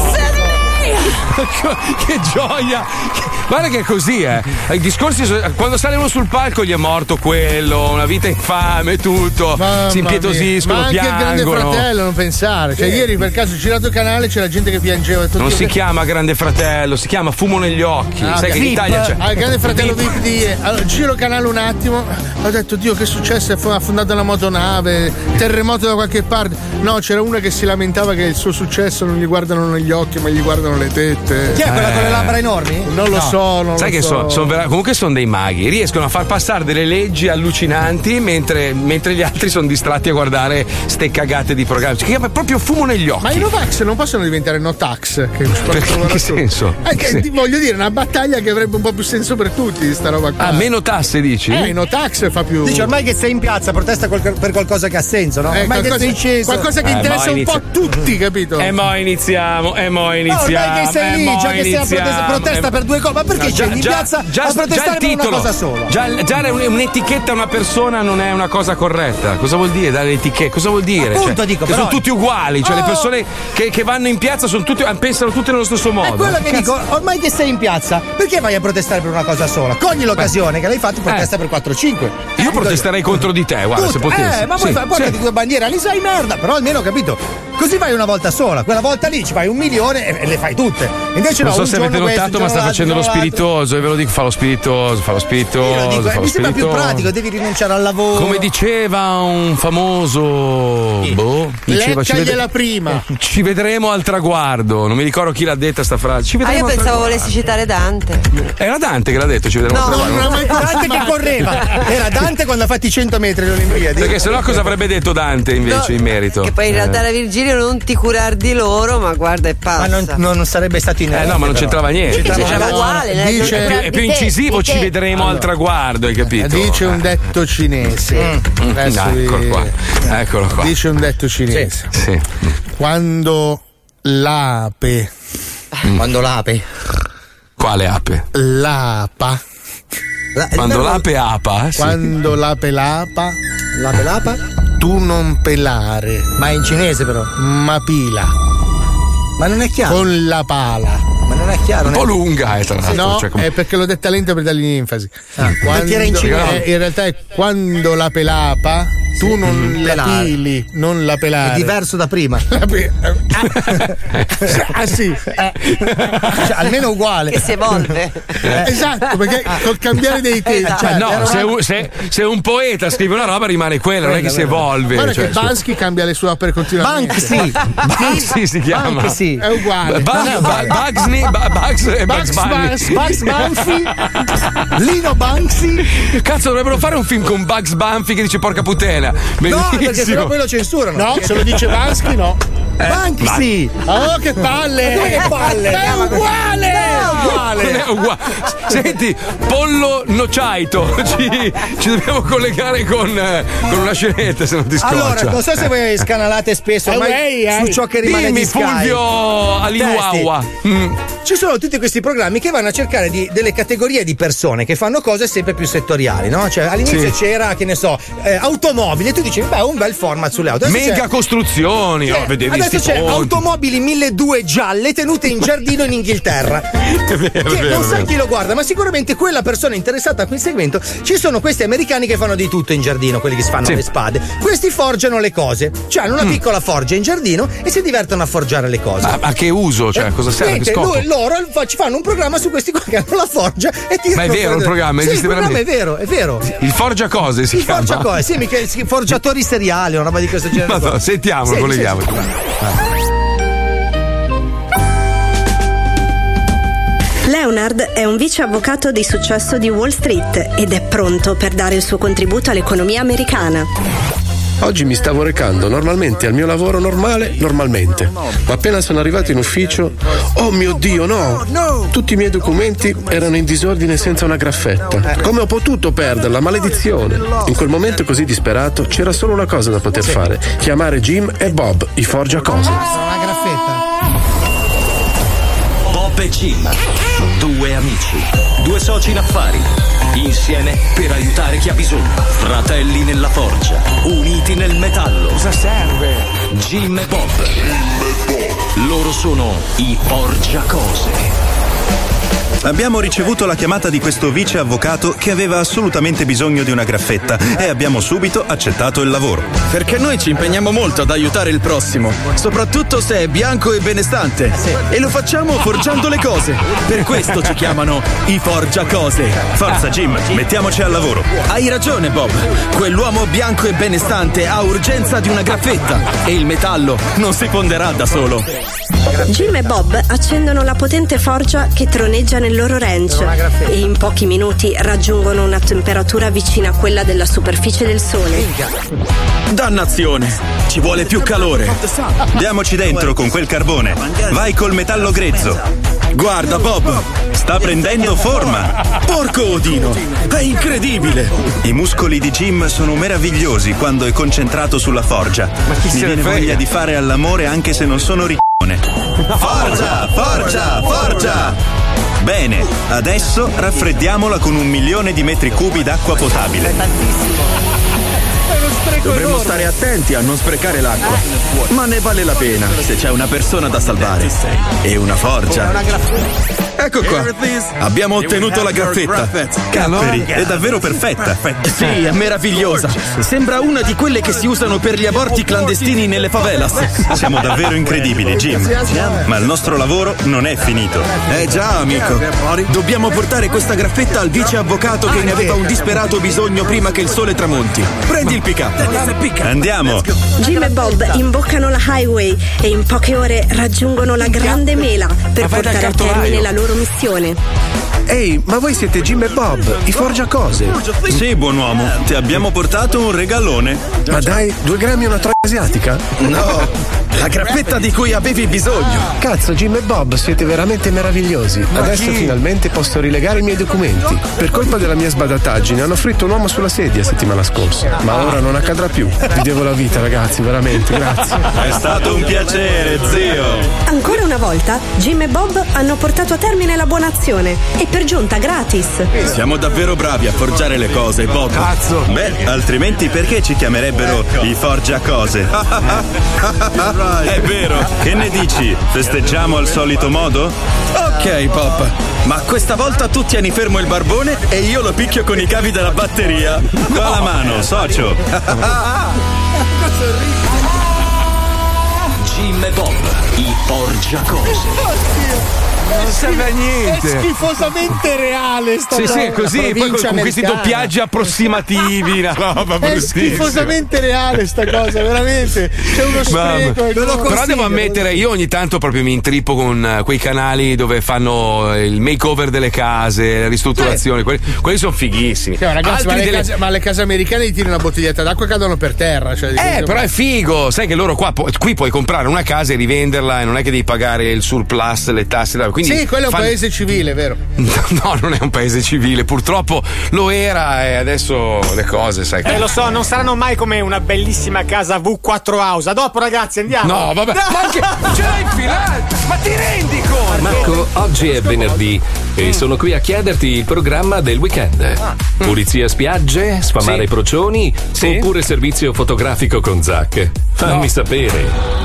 Che gioia! Guarda che è così, I discorsi quando sale uno sul palco gli è morto quello, una vita infame, tutto. Si impietosiscono, ma anche piangono. il Grande Fratello, non pensare. Cioè, ieri per caso ho girato il canale, c'era gente che piangeva. Non si chiama Grande Fratello, si chiama Fumo negli occhi. Sai che in Italia c'è. Al Grande Fratello VIP. Allora, giro canale un attimo, ho detto Dio che è successo, ha affondato una motonave, terremoto da qualche parte. No, c'era una che si lamentava che il suo successo non gli guardano negli occhi, ma gli guardano le tette. Chi è quella con le labbra enormi? Non lo so. Sai che comunque sono dei maghi, riescono a far passare delle leggi allucinanti mentre gli altri sono distratti a guardare ste cagate di programmi. Che è proprio fumo negli occhi. Ma i Novax non possono diventare no tax? Perché in che senso? Voglio dire, una battaglia che avrebbe un po' più senso per tutti, sta roba qua. Meno tasse, dici? I no tax fa più. Dici ormai che sei in piazza, protesta per qualcosa che ha senso, no? Ormai che sei sceso. Qualcosa che interessa un po' tutti, capito? E mo' iniziamo. Ormai che sei lì, già che sei a protesta per due cose. Ma perché scendi in piazza a protestare per una cosa sola? Già dare un'etichetta a una persona non è una cosa corretta. Cosa vuol dire dare l'etichetta? Cosa vuol dire? Appunto, dico, che però... sono tutti uguali, cioè le persone che vanno in piazza pensano tutte nello stesso modo. È quello che dico, ormai che sei in piazza, perché vai a protestare per una cosa sola? Cogli l'occasione che l'hai fatto, protesta per 4-5. Io protesterei contro di te, guarda, se potessi. Ma poi portati due bandiere, lì sai merda, però almeno capito. Così vai una volta sola, quella volta lì ci fai 1 milione e le fai tutte. Invece non no, so se avete notato, ma sta facendo lo spiritoso, e ve lo dico, fa lo spiritoso. Mi sembra più pratico, devi rinunciare al lavoro. Come diceva un famoso Leccaglia prima. Ci vedremo al traguardo. Non mi ricordo chi l'ha detta sta frase. Ci vedremo io pensavo volessi citare Dante. Era Dante che l'ha detto, ci vedremo al traguardo. No, Dante che correva. Era Dante quando ha fatto i 100 metri alle Olimpiadi. Perché sennò cosa avrebbe detto Dante invece in merito? Che poi in realtà era Virgilio, non ti curar di loro, ma guarda e passa. Ma non sarebbe stato inerente. No, ma non c'entrava niente. C'entrava uguale. È più incisivo, ci vedremo al traguardo, hai capito? Dice un detto cinese. Eccolo qua. Dice un detto cinese. Sì. Quando l'ape. Quale ape? L'apa. Quando l'ape apa? Sì. Quando l'ape lapa. L'ape lapa? Tu non pelare. Ma è in cinese però. Ma pila. Ma non è chiaro. Con la pala. Ma non è chiaro. Un po' lunga, tra l'altro. No, cioè, è perché l'ho detta lenta per dargli enfasi. Perché era in cinese. In realtà è quando la pelapa. Tu non la pili, non la pelare. È diverso da prima. Sì. Cioè, almeno uguale. Che si evolve. Esatto, perché col cambiare dei tempi. Cioè, no, se un poeta scrive una roba rimane quella, non è che si evolve. Guarda che Bansky cambia le sue opere continuamente. Banksy si chiama. Banksy. È uguale. Bugs e Bugs Bunny. Bugs Banksy. Lino Banksy. Cazzo, dovrebbero fare un film con Bugs Banfi che dice porca puttana. scena. No, perché Bellissimo. sennò poi lo censurano. No, se lo dice Bansky, no. Banksy! Oh, che palle! Ma che palle? È uguale! Non è uguale. Senti, Pollo Nociaito, ci dobbiamo collegare con una scenetta, se non ti scoccia. Allora, non so se voi scanalate spesso ormai su ciò che rimane Dimmi, di Sky. Fulvio Alinuaua. Ci sono tutti questi programmi che vanno a cercare delle categorie di persone che fanno cose sempre più settoriali, no? Cioè all'inizio c'era, che ne so, automobili, e tu dici, beh, un bel format sulle auto. Adesso Mega costruzioni, vedevi adesso sti c'è ponti. automobili 1200 gialle tenute in giardino in Inghilterra. È vero, Che è vero, non è sa vero. chi lo guarda, ma sicuramente quella persona interessata a quel segmento. Ci sono questi americani che fanno di tutto in giardino, quelli che si fanno le spade. Questi forgiano le cose, cioè hanno una piccola forgia in giardino e si divertono a forgiare le cose. Ma a che uso? Cioè, cosa serve? Che Niente, scopo? loro ci fanno un programma su questi qua che hanno la forgia e tirano. Ma è vero il programma? Sì, Esiste il programma veramente? è vero. Il Forgia Cose si Il chiama. forgia cose, sì, mica forgiatori seriali, una roba di questo genere. Madonna, sentiamolo, colleghiamoci. Leonard è un vice avvocato di successo di Wall Street ed è pronto per dare il suo contributo all'economia americana. Oggi mi stavo recando normalmente al mio lavoro normalmente. Ma appena sono arrivato in ufficio, oh mio Dio, no! Tutti i miei documenti erano in disordine senza una graffetta. Come ho potuto perderla? Maledizione! In quel momento così disperato c'era solo una cosa da poter fare: chiamare Jim e Bob, i forgiacose. Una graffetta. Bob e Jim, due amici, due soci in affari, insieme per aiutare chi ha bisogno, fratelli nella forgia, uniti nel metallo. Cosa serve? Jim e Bob. Loro sono i forgiacose. Abbiamo ricevuto la chiamata di questo vice avvocato che aveva assolutamente bisogno di una graffetta e abbiamo subito accettato il lavoro. Perché noi ci impegniamo molto ad aiutare il prossimo, soprattutto se è bianco e benestante. E lo facciamo forgiando le cose. Per questo ci chiamano i forgiacose. Forza Jim, mettiamoci al lavoro. Hai ragione Bob, quell'uomo bianco e benestante ha urgenza di una graffetta e il metallo non si fonderà da solo. Jim e Bob accendono la potente forgia che troneggia nel loro ranch e in pochi minuti raggiungono una temperatura vicina a quella della superficie del sole. Dannazione, ci vuole più calore. Diamoci dentro con quel carbone. Vai col metallo grezzo. Guarda Bob, sta prendendo forma. Porco Odino, è incredibile. I muscoli di Jim sono meravigliosi quando è concentrato sulla forgia. Mi viene voglia di fare all'amore anche se non sono riccone. Forgia, forgia, forgia! Bene, adesso raffreddiamola con 1 milione di metri cubi d'acqua potabile. Dovremmo stare attenti a non sprecare l'acqua, ma ne vale la pena se c'è una persona da salvare e una forgia. Ecco qua, abbiamo ottenuto la graffetta. Capperi, è davvero perfetta. Sì, è meravigliosa. Sembra una di quelle che si usano per gli aborti clandestini nelle favelas. Siamo davvero incredibili, Jim. Ma il nostro lavoro non è finito. Già, amico. Dobbiamo portare questa graffetta al vice avvocato che ne aveva un disperato bisogno prima che il sole tramonti. Prendi il pick-up. Andiamo. Jim e Bob imboccano la highway e in poche ore raggiungono la grande mela per portare a termine la loro missione. Ehi, ma voi siete Jim e Bob, i forgiacose? Sì, buon uomo, ti abbiamo portato un regalone. Ma dai, 2 grammi e una troia asiatica? No, la graffetta di cui avevi bisogno. Cazzo, Jim e Bob, siete veramente meravigliosi. Adesso finalmente posso rilegare i miei documenti. Per colpa della mia sbadataggine hanno fritto un uomo sulla sedia settimana scorsa. Ma ora non accadrà più. Vi devo la vita, ragazzi, veramente, grazie. È stato un piacere, zio. Ancora una volta, Jim e Bob hanno portato a termine la buona azione e per giunta gratis. Siamo davvero bravi a forgiare le cose, Bob. Cazzo. Beh, altrimenti perché ci chiamerebbero i forgiacose? È vero. Che ne dici? Festeggiamo al solito modo? Ok, Bob. Ma questa volta tu tieni fermo il barbone e io lo picchio con i cavi della batteria. Da la mano, socio. Jim e Bob, i forgiacose. Non serve a niente. È schifosamente reale sta Sì, cosa. sì, è così, poi con questi doppiaggi approssimativi, una roba È bruttissima. schifosamente reale sta cosa, veramente. C'è uno spreco. Però devo ammettere, io ogni tanto proprio mi intrippo con quei canali dove fanno il makeover delle case, la ristrutturazione, quelli sono fighissimi. Cioè, ragazzi, ma le case americane gli tiri una bottiglietta d'acqua e cadono per terra. Cioè, però è figo, sai che loro qui puoi comprare una casa e rivenderla e non è che devi pagare il surplus, le tasse. Quindi sì, quello è un paese civile, vero? No, non è un paese civile, purtroppo lo era e adesso le cose, sai che. Lo so, non saranno mai come una bellissima casa V4 House. A dopo, ragazzi, andiamo. No, vabbè, ma anche ce l'hai infilato, ma ti rendi conto? Marco, oggi è venerdì e sono qui a chiederti il programma del weekend. Pulizia spiagge, sfamare procioni oppure servizio fotografico con Zac? Fammi sapere.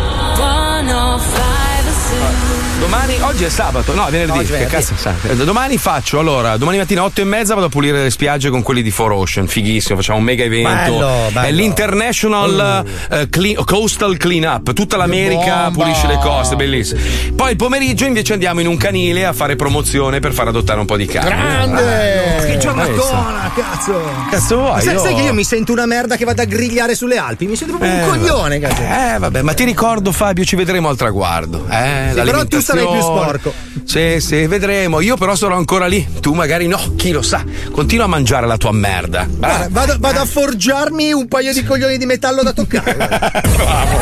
Oggi è sabato, no, venerdì. Che cazzo è? Domani domani mattina 8:30 vado a pulire le spiagge con quelli di Four Ocean, fighissimo, facciamo un mega evento. Bello. È l'International Coastal Cleanup, tutta l'America pulisce le coste, bellissimo. Poi il pomeriggio invece andiamo in un canile a fare promozione per far adottare un po' di cane. Grande! Che giornatona, cazzo vuoi? Sai che io mi sento una merda che vado a grigliare sulle Alpi, mi sento proprio un coglione, cazzo. Vabbè, ma ti ricordo, Fabio, ci vedremo al traguardo. Però tu sarai più sporco. Sì, vedremo. Io però sarò ancora lì. Tu magari no, chi lo sa. Continua a mangiare la tua merda. Vado a forgiarmi un paio di coglioni di metallo da toccare. Bravo.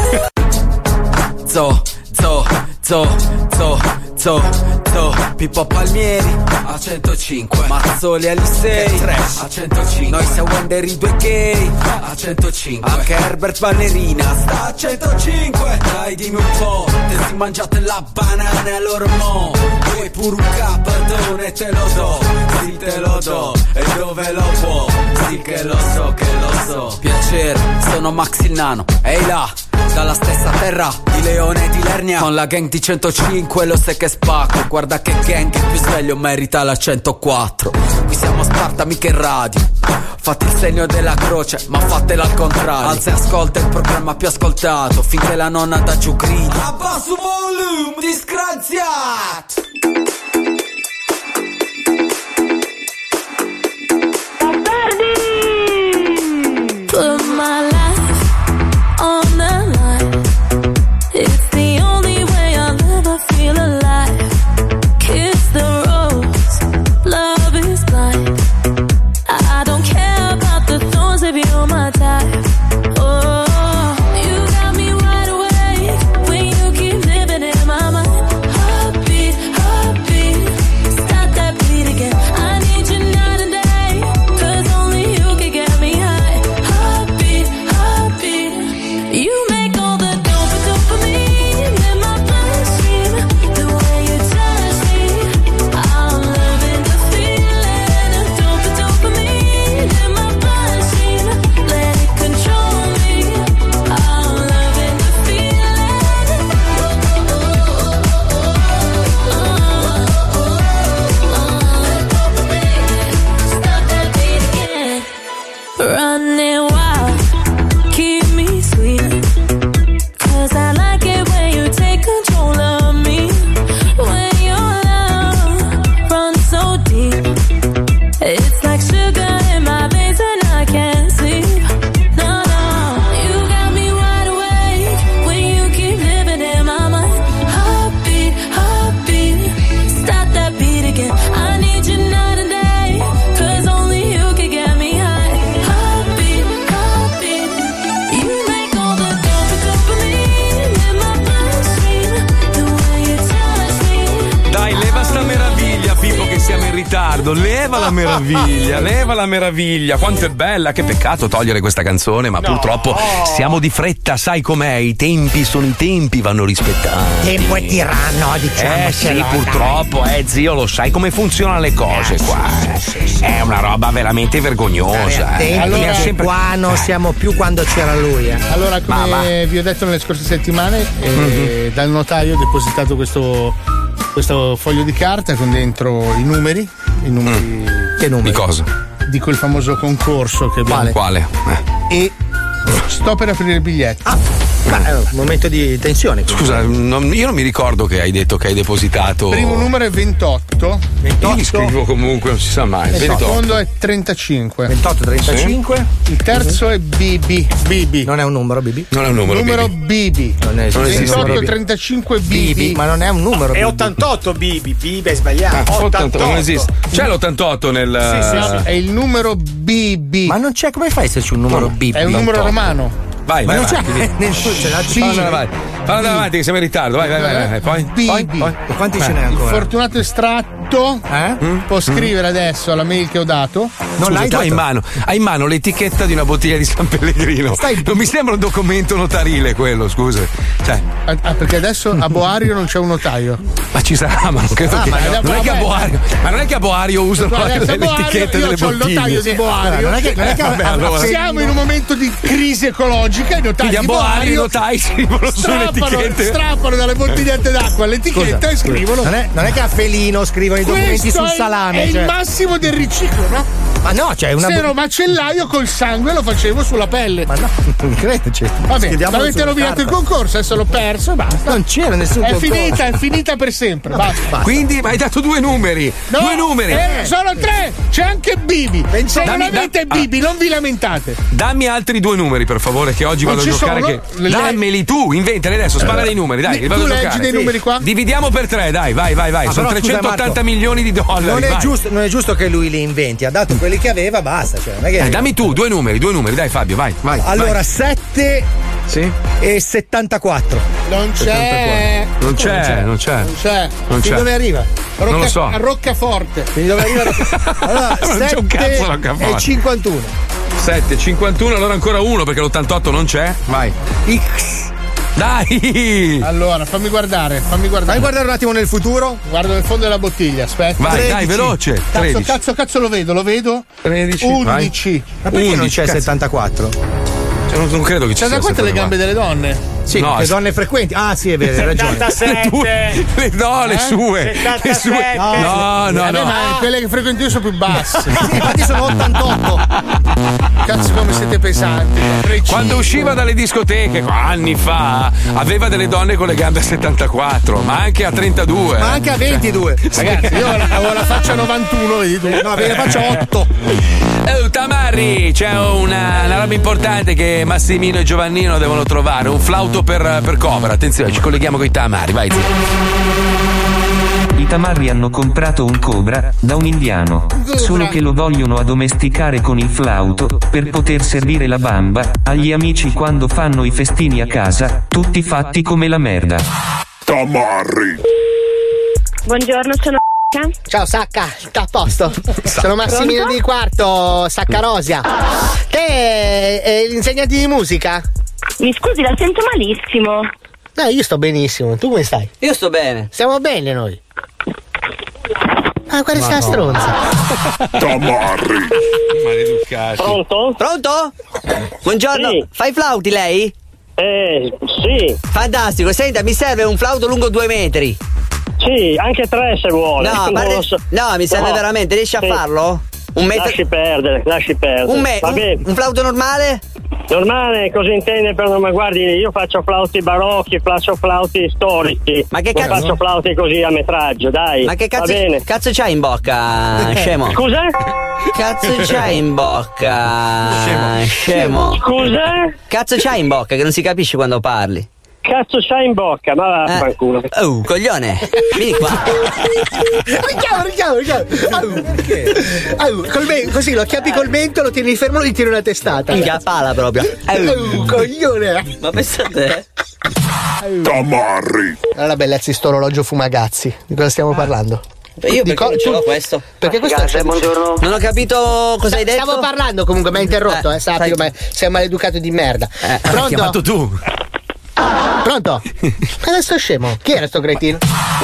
Pippo Palmieri a 105, Mazzoli Alisei a 105, noi siamo Wenderi 2 gay a 105, anche Herbert Ballerina sta a 105. Dai dimmi un po', te si mangiate la banana e allora mo vuoi pure un capatone, te lo do, sì te lo do, e dove lo può, sì che lo so. Piacere, sono Max il Nano, ehi là, dalla stessa terra di Leone e di Lernia, con la gang di 105 lo sai che spacco, guarda che gang il più sveglio merita la 104. Qui siamo a Sparta, mica in radio, fate il segno della croce ma fatela al contrario, alza e ascolta il programma più ascoltato finché la nonna da giù grida abbasso volume, disgraziato. Put my life on the line. It's the only way I'll ever feel alive. Kiss the rose, love is blind. I don't care about the thorns if you're my type. Oh, you got me wide awake when you keep living in my mind. Heartbeat, heartbeat, stop that beat again. I need you night and day, 'cause only you can get me high. Heartbeat, heartbeat, you make all the dopamine in my bloodstream. The way you touch me, I'm loving the feeling of dopamine in my bloodstream. Let it control me. I'm loving the feeling. Stop that beat again. Running wild, keep me sweet. 'Cause I like it when you take control of me. When your love runs so deep, it's like sugar in my veins and I can't sleep. No, you got me wide awake when you keep living in my mind. Heartbeat, heartbeat, stop that beat again. I need you night and day, 'cause only you can get me high. Heartbeat, heartbeat, you make all the dopamine in my bloodstream. The way you touch me. Dai, leva sta meraviglia, Pippo, che siamo in ritardo. Leva la meraviglia. Quanto è bella. Che peccato togliere questa canzone, ma purtroppo siamo di fretta, sai com'è? I tempi sono i tempi, vanno rispettati. Tempo è tiranno, diciamo. Sì, purtroppo, zio, lo sai come funzionano le cose qua. È una roba veramente vergognosa. Allora, qua non siamo più quando c'era lui. Allora, come vi ho detto nelle scorse settimane, dal notaio ho depositato questo foglio di carta con dentro i numeri. Che numeri? Di cosa? Di quel famoso concorso che abbiamo. Quale? E sto per aprire il biglietto. Ma è un momento di tensione. Scusa, io non mi ricordo che hai detto che hai depositato. Primo numero è 28. Io li scrivo comunque, non si sa mai. Il secondo è 35. 28, 35. Sì. Il terzo è BB. Non è un numero BB? Non è un numero BB. Non è 28, 35 BB. Ma non è un numero. È 88 BB è sbagliato. 88 non esiste. C'è l'88 nel. Sì, è il numero BB. Ma non c'è, come fa a esserci un numero BB? È un numero romano. Vai, ma vai, non c'è vai. Fallo andare avanti, che siamo in ritardo. Vai. Poi? Quanti ce n'è Il ancora? fortunato estratto può scrivere adesso alla mail che ho dato. Non l'hai dato? Hai in mano l'etichetta di una bottiglia di San Pellegrino. Non mi sembra un documento notarile quello, scusa. Cioè. Perché adesso a Boario non c'è un notaio. Ma ci sarà, ma non credo che. Non è che a Boario. Ma non è che a Boario usano le etichette delle bottiglie. Io ho il notaio di Boario. Non è che siamo in un momento di crisi ecologica. I notai di Boario i notai scrivono sulle etichette, strappano dalle bottigliette d'acqua l'etichetta e scrivono. Non è che a Felino scrivono i documenti sul salame. È il massimo del riciclo, no? Ma no, c'è una. Se ero macellaio col sangue lo facevo sulla pelle. Ma no, non credo. Vabbè, avete rovinato il concorso, adesso l'ho perso e basta. Non c'era nessun concorso. È finita per sempre. Basta. Quindi hai dato 2 numeri. No, 2 numeri. Sono 3. C'è anche Bibi. Se non avete Bibi, non vi lamentate. Dammi altri 2 numeri, per favore, che oggi vado a giocare. Dammeli tu, inventali adesso, spara dei numeri, dai. Tu leggi dei numeri qua? Dividiamo per 3, dai, vai. Sono 380 milioni di dollari. Non è giusto che lui li inventi, ha dato quelli che aveva, basta. Cioè, non è che dammi tu 2 numeri, dai Fabio, vai. Allora, 7 e 74. Non c'è. Non c'è. Quindi dove arriva? Non lo so. A Roccaforte. Quindi dove arriva? Allora, non c'è un cazzo Roccaforte. E 51. 7, 51, allora ancora 1 perché l'88 non c'è. Vai. X. Dai! Allora, fammi guardare. Fammi guardare un attimo nel futuro. Guardo nel fondo della bottiglia, aspetta. Vai, 13. Dai, veloce. Cazzo, lo vedo. 13. 11. Ma perché non c'è 74? Non credo che ci sia 74 le gambe delle donne. Sì, no, le donne frequenti. Ah, sì, è vero, hai ragione. 77. Le sue. 77. No. Ma quelle che frequento io sono più basse. Infatti sono 88. Cazzo, come siete pesanti. Quando usciva dalle discoteche anni fa, aveva delle donne con le gambe a 74, ma anche a 32. Ma anche a 22. Ragazzi, io avevo la faccia 91, vedi tu. No, avevo la faccia 8. Tamarri, c'è una roba importante che Massimino e Giovannino devono trovare, un flauto per Cobra. Attenzione, ci colleghiamo con i Tamari, vai. I Tamarri hanno comprato un Cobra da un indiano, solo che lo vogliono addomesticare con il flauto per poter servire la bamba agli amici quando fanno i festini a casa, tutti fatti come la merda. Tamarri. Buongiorno, sono Ciao Sacca, sta a posto. Sono Massimino di Quarto, Sacca Rosia. Te è l'insegnante di musica? Mi scusi, la sento malissimo. No, io sto benissimo, tu come stai? Io sto bene. Stiamo bene noi. Ah, guarda sta stronza. Tamarri. Maleducati. Pronto? Buongiorno, Sì. Fai i flauti lei? Sì. Fantastico, senta, mi serve un flauto lungo 2 metri. Sì, anche 3 se vuole. No, mi serve veramente, riesci a farlo? Un metro? Lasci perdere. Un flauto normale? Normale, cosa intende per normale? Guardi, io faccio flauti barocchi, faccio flauti storici. Ma che non cazzo? faccio flauti così a metraggio, dai. Ma che Va bene. cazzo c'hai in bocca, scemo? Scusa? Cazzo c'hai in bocca, scemo? Scusa? Cazzo c'hai in bocca che non si capisce quando parli? Cazzo c'hai in bocca? Ma vaffanculo. Coglione, vieni qua. Richiamo. Perché? Così lo acchiappi col mento, lo tieni fermo e gli tiri una testata. Minchia pala proprio. Coglione. Ma pensa a te. Tamarri. Allora bellezza di sto orologio Fumagazzi. Di cosa stiamo parlando? Io perché non ce l'ho questo? Perché questo buongiorno. Non ho capito cosa hai detto. Stavo parlando comunque, mi ha interrotto, sappi, ma sei un maleducato di merda. Hai chiamato tu. Pronto? Ma questo scemo? Chi era sto cretino?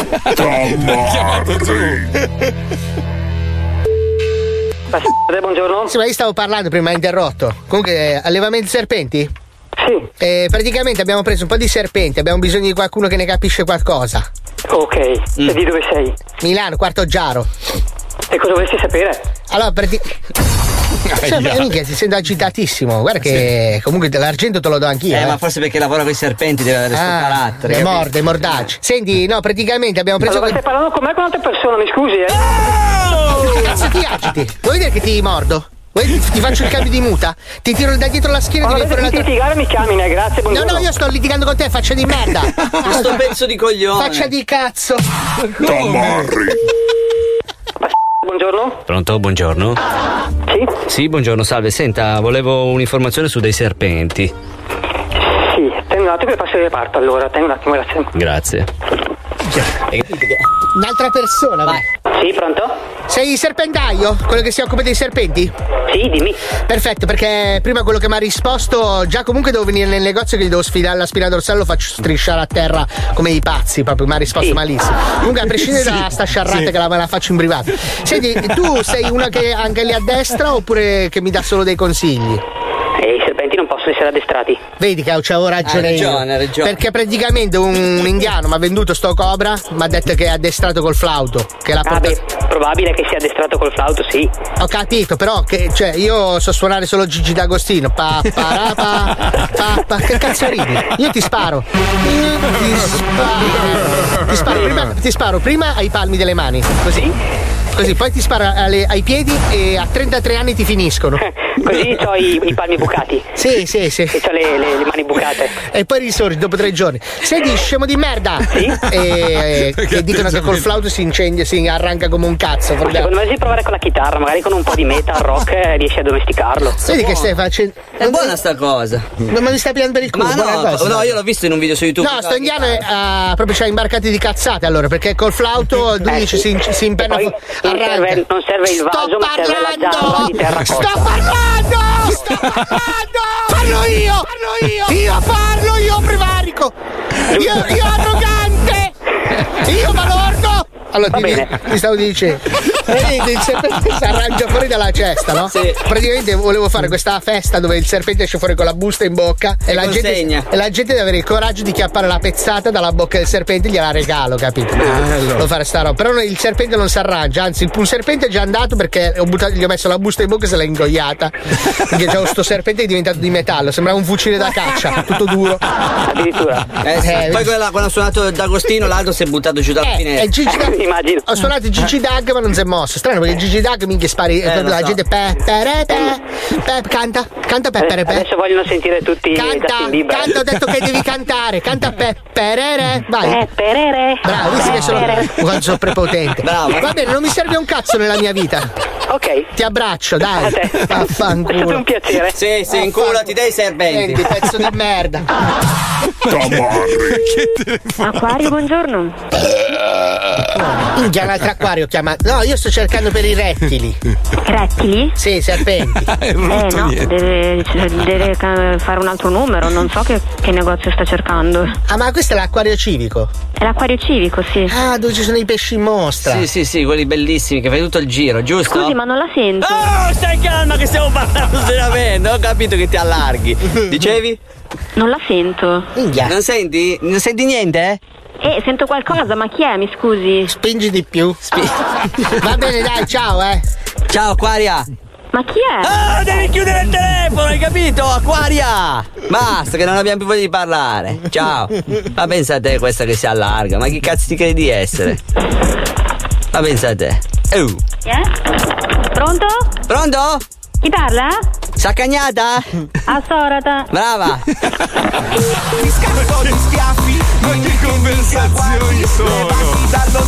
Buongiorno. Sì, ma io stavo parlando prima, mi ha interrotto. Comunque, allevamenti serpenti? Sì. Praticamente abbiamo preso un po' di serpenti, abbiamo bisogno di qualcuno che ne capisce qualcosa. Ok, e di dove sei? Milano, Quarto Giaro. E cosa vorresti sapere? Allora, Minchia, ti sento agitatissimo. Guarda che comunque l'argento te lo do anch'io. Ma forse perché lavora con i serpenti deve avere questo carattere. Le morde, mordaci. Senti, no, praticamente abbiamo preso. Allora, stai parlando con me con un'altra persona, mi scusi, Che cazzo ti agiti? Vuoi vedere che ti mordo? Ti faccio il cambio di muta? Ti tiro da dietro la schiena e ti viene fuori l'altra. litigare mi chiami, grazie, buongiorno. No, io sto litigando con te, faccia di merda. Questo pezzo di coglione. Faccia di cazzo. Buongiorno. Pronto, buongiorno. Sì? Sì, buongiorno, salve. Senta, volevo un'informazione su dei serpenti. Sì, tengo un attimo che passo il reparto, allora, tengo un attimo, grazie. Un'altra persona. Vai. Sì, pronto? Sei il serpentaio? Quello che si occupa dei serpenti? Sì, dimmi. Perfetto, perché prima quello che mi ha risposto, già comunque devo venire nel negozio che gli devo sfidare la spina dorsale, lo faccio strisciare a terra come i pazzi, proprio mi ha risposto malissimo. Comunque a prescindere da sta sciarrata che me la faccio in privato. Senti, tu sei una che anche lì a destra oppure che mi dà solo dei consigli? I serpenti non possono essere addestrati. Vedi che c'avevo ragione Hai ragione. Perché praticamente un indiano mi ha venduto sto cobra, mi ha detto che è addestrato col flauto. Che l'ha portato. Probabile che sia addestrato col flauto, sì. Ho capito, però che cioè io so suonare solo Gigi D'Agostino. Che cazzo ridi? Io ti sparo. Ti sparo prima ai palmi delle mani. Così, poi ti sparo ai piedi e a 33 anni ti finiscono. Così ho i palmi bucati. Sì. E ho le mani bucate. E poi risorgi dopo 3 giorni. Senti, scemo di merda! Sì? Che dicono che col flauto si incendia, si arranca come un cazzo. Secondo me devi provare con la chitarra, magari con un po' di metal rock riesci a domesticarlo. Vedi che stai facendo. È buona sta cosa. Non mi stai pigliando per il culo. No, io l'ho visto in un video su YouTube. No, sto indiano proprio c'ha imbarcati di cazzate allora, perché col flauto lui dice si impenna. Non serve il vaso, ma serve la gialla di terracotta. Sto parlando! Parlo io, prevarico! Io arrogante! Io balordo! Allora ti stavo dicendo, il serpente si arrangia fuori dalla cesta, no? Sì. Praticamente volevo fare questa festa dove il serpente esce fuori con la busta in bocca e la gente deve avere il coraggio di chiappare la pezzata dalla bocca del serpente e gliela regalo, capito? Devo fare sta roba. Però il serpente non si arrangia, anzi un serpente è già andato perché gli ho messo la busta in bocca e se l'ha ingoiata. Perché c'è sto serpente che è diventato di metallo, sembrava un fucile da caccia, tutto duro. Addirittura. Poi quando ha suonato D'Agostino l'altro si è buttato giù dalla finestra. Immagino. Ho suonato Gigi Dag ma non si è mosso. Strano perché Gigi Dag minchia spari la gente canta Peppere. Adesso vogliono sentire tutti canta, ho detto che devi cantare. Canta Pepperere. Vai. Pepperere. Bravo, visto che sono prepotente. Bravo. Va bene, non mi serve un cazzo nella mia vita. Ok. Ti abbraccio, dai. A te. Vaffanculo. È stato un piacere. Sì, inculati dei serpenti. Senti, pezzo di merda. Acquario, buongiorno. Già un altro acquario chiama. No, io sto cercando per i rettili. Rettili? Sì, serpenti. No, deve fare un altro numero, non so che negozio sta cercando. Ah, ma questo è l'acquario civico? È l'acquario civico, sì. Ah, dove ci sono i pesci in mostra. Sì, quelli bellissimi che fai tutto il giro, giusto? Scusi, ma non la sento. Oh, stai calma che stiamo parlando seriamente. Ho capito che ti allarghi. Dicevi? Non la sento. Non senti? Non senti niente? Sento qualcosa, ma chi è? Mi scusi. Spingi di più. Va bene, dai, ciao, Ciao, Aquaria. Ma chi è? Oh, devi chiudere il telefono, hai capito? Aquaria! Basta, che non abbiamo più voglia di parlare. Ciao. Ma pensa a te questa che si allarga. Ma chi cazzo ti credi di essere? Ma pensa a te. Chi è? Pronto? Pronto? Chi parla? Saccagnata? Assorata. Brava. Mi scappo di schiaffi. Ma che conversazioni sono? Dallo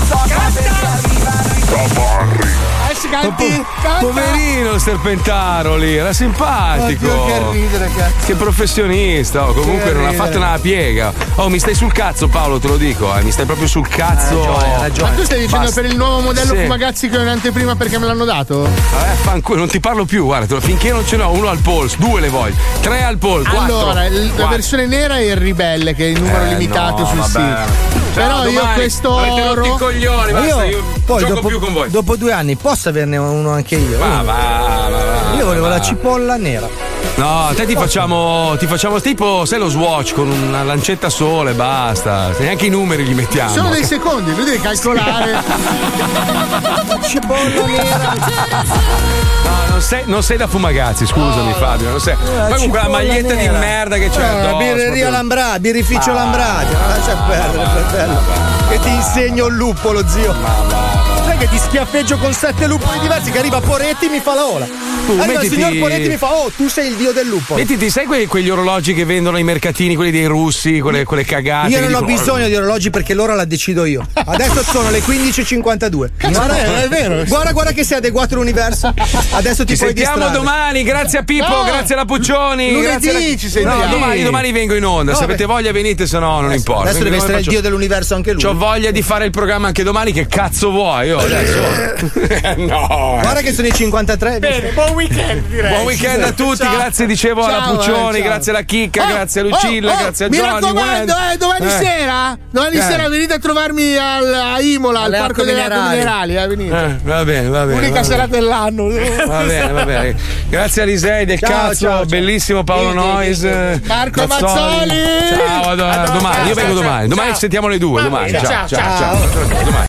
Canti. Poverino il serpentaro lì, era simpatico. Oddio, che ridere, cazzo. Che professionista, comunque non ha fatto una piega. Oh, mi stai sul cazzo, Paolo, te lo dico, mi stai proprio sul cazzo. Hai ragione. Ma tu stai dicendo Basta. per il nuovo modello Sì. Fumagazzi che è un'anteprima perché me l'hanno dato? Vabbè, fanculo, non ti parlo più, guarda, finché non ce n'ho uno al polso, 2 le voglio, 3 al polso, 4. Allora, la versione nera è il ribelle, che è il numero limitato sul sito. Però io questo oro. I coglioni, basta, io poi gioco dopo, più con voi. dopo 2 anni posso averne uno anche io? Va. Io volevo la cipolla nera. No, a te ti facciamo tipo, sai, lo Swatch con una lancetta sola e basta. Neanche i numeri li mettiamo. Sono dei secondi, lui deve calcolare. Cipolla nera. No, non sei da Fumagazzi, scusami Fabio. Non sei. Poi con quella maglietta nera. di merda che c'è addosso. Birreria Lambrati, birrificio Lambrati. Non lascia perdere, fratello. Che ti insegno il luppolo, zio. Sai che ti schiaffeggio con 7 luppoli diversi, che arriva Poretti e mi fa la ola. Allora il signor Poretti mi fa: oh, tu sei il dio del luppolo. Mettiti, sai quegli orologi che vendono ai mercatini, quelli dei russi, quelle cagate? Io non ho bisogno di orologi perché l'ora la decido io. Adesso sono le 15:52. Guarda, è vero. Guarda che sei adeguato all'universo. Adesso ti puoi sentiamo distrarre. Domani, grazie a Pippo, No, grazie alla Puccioni. lunedì ci sentiamo. No, domani vengo in onda. Se avete voglia venite, se no non importa. Adesso deve essere il dio dell'universo anche lui. C'ho voglia di fare il programma anche domani. Che cazzo vuoi? Io adesso. No. Guarda che sono i 53. Bene, buon weekend, direi. Buon weekend a tutti, Ciao. grazie dicevo alla Ciao, Puccioni, ciao. grazie alla Chicca, grazie a Lucilla, grazie a mi Johnny. raccomando, domani sera venite a trovarmi a Imola, al Parco delle Acque Minerali. Venite. Va bene. Unica serata dell'anno. Va bene. Grazie a Lisei del cazzo, ciao. bellissimo Paolo Nois. Marco Mazzoli. Ciao, domani. Io vengo domani. Domani sentiamo le 2. Domani. Ciao. Domani.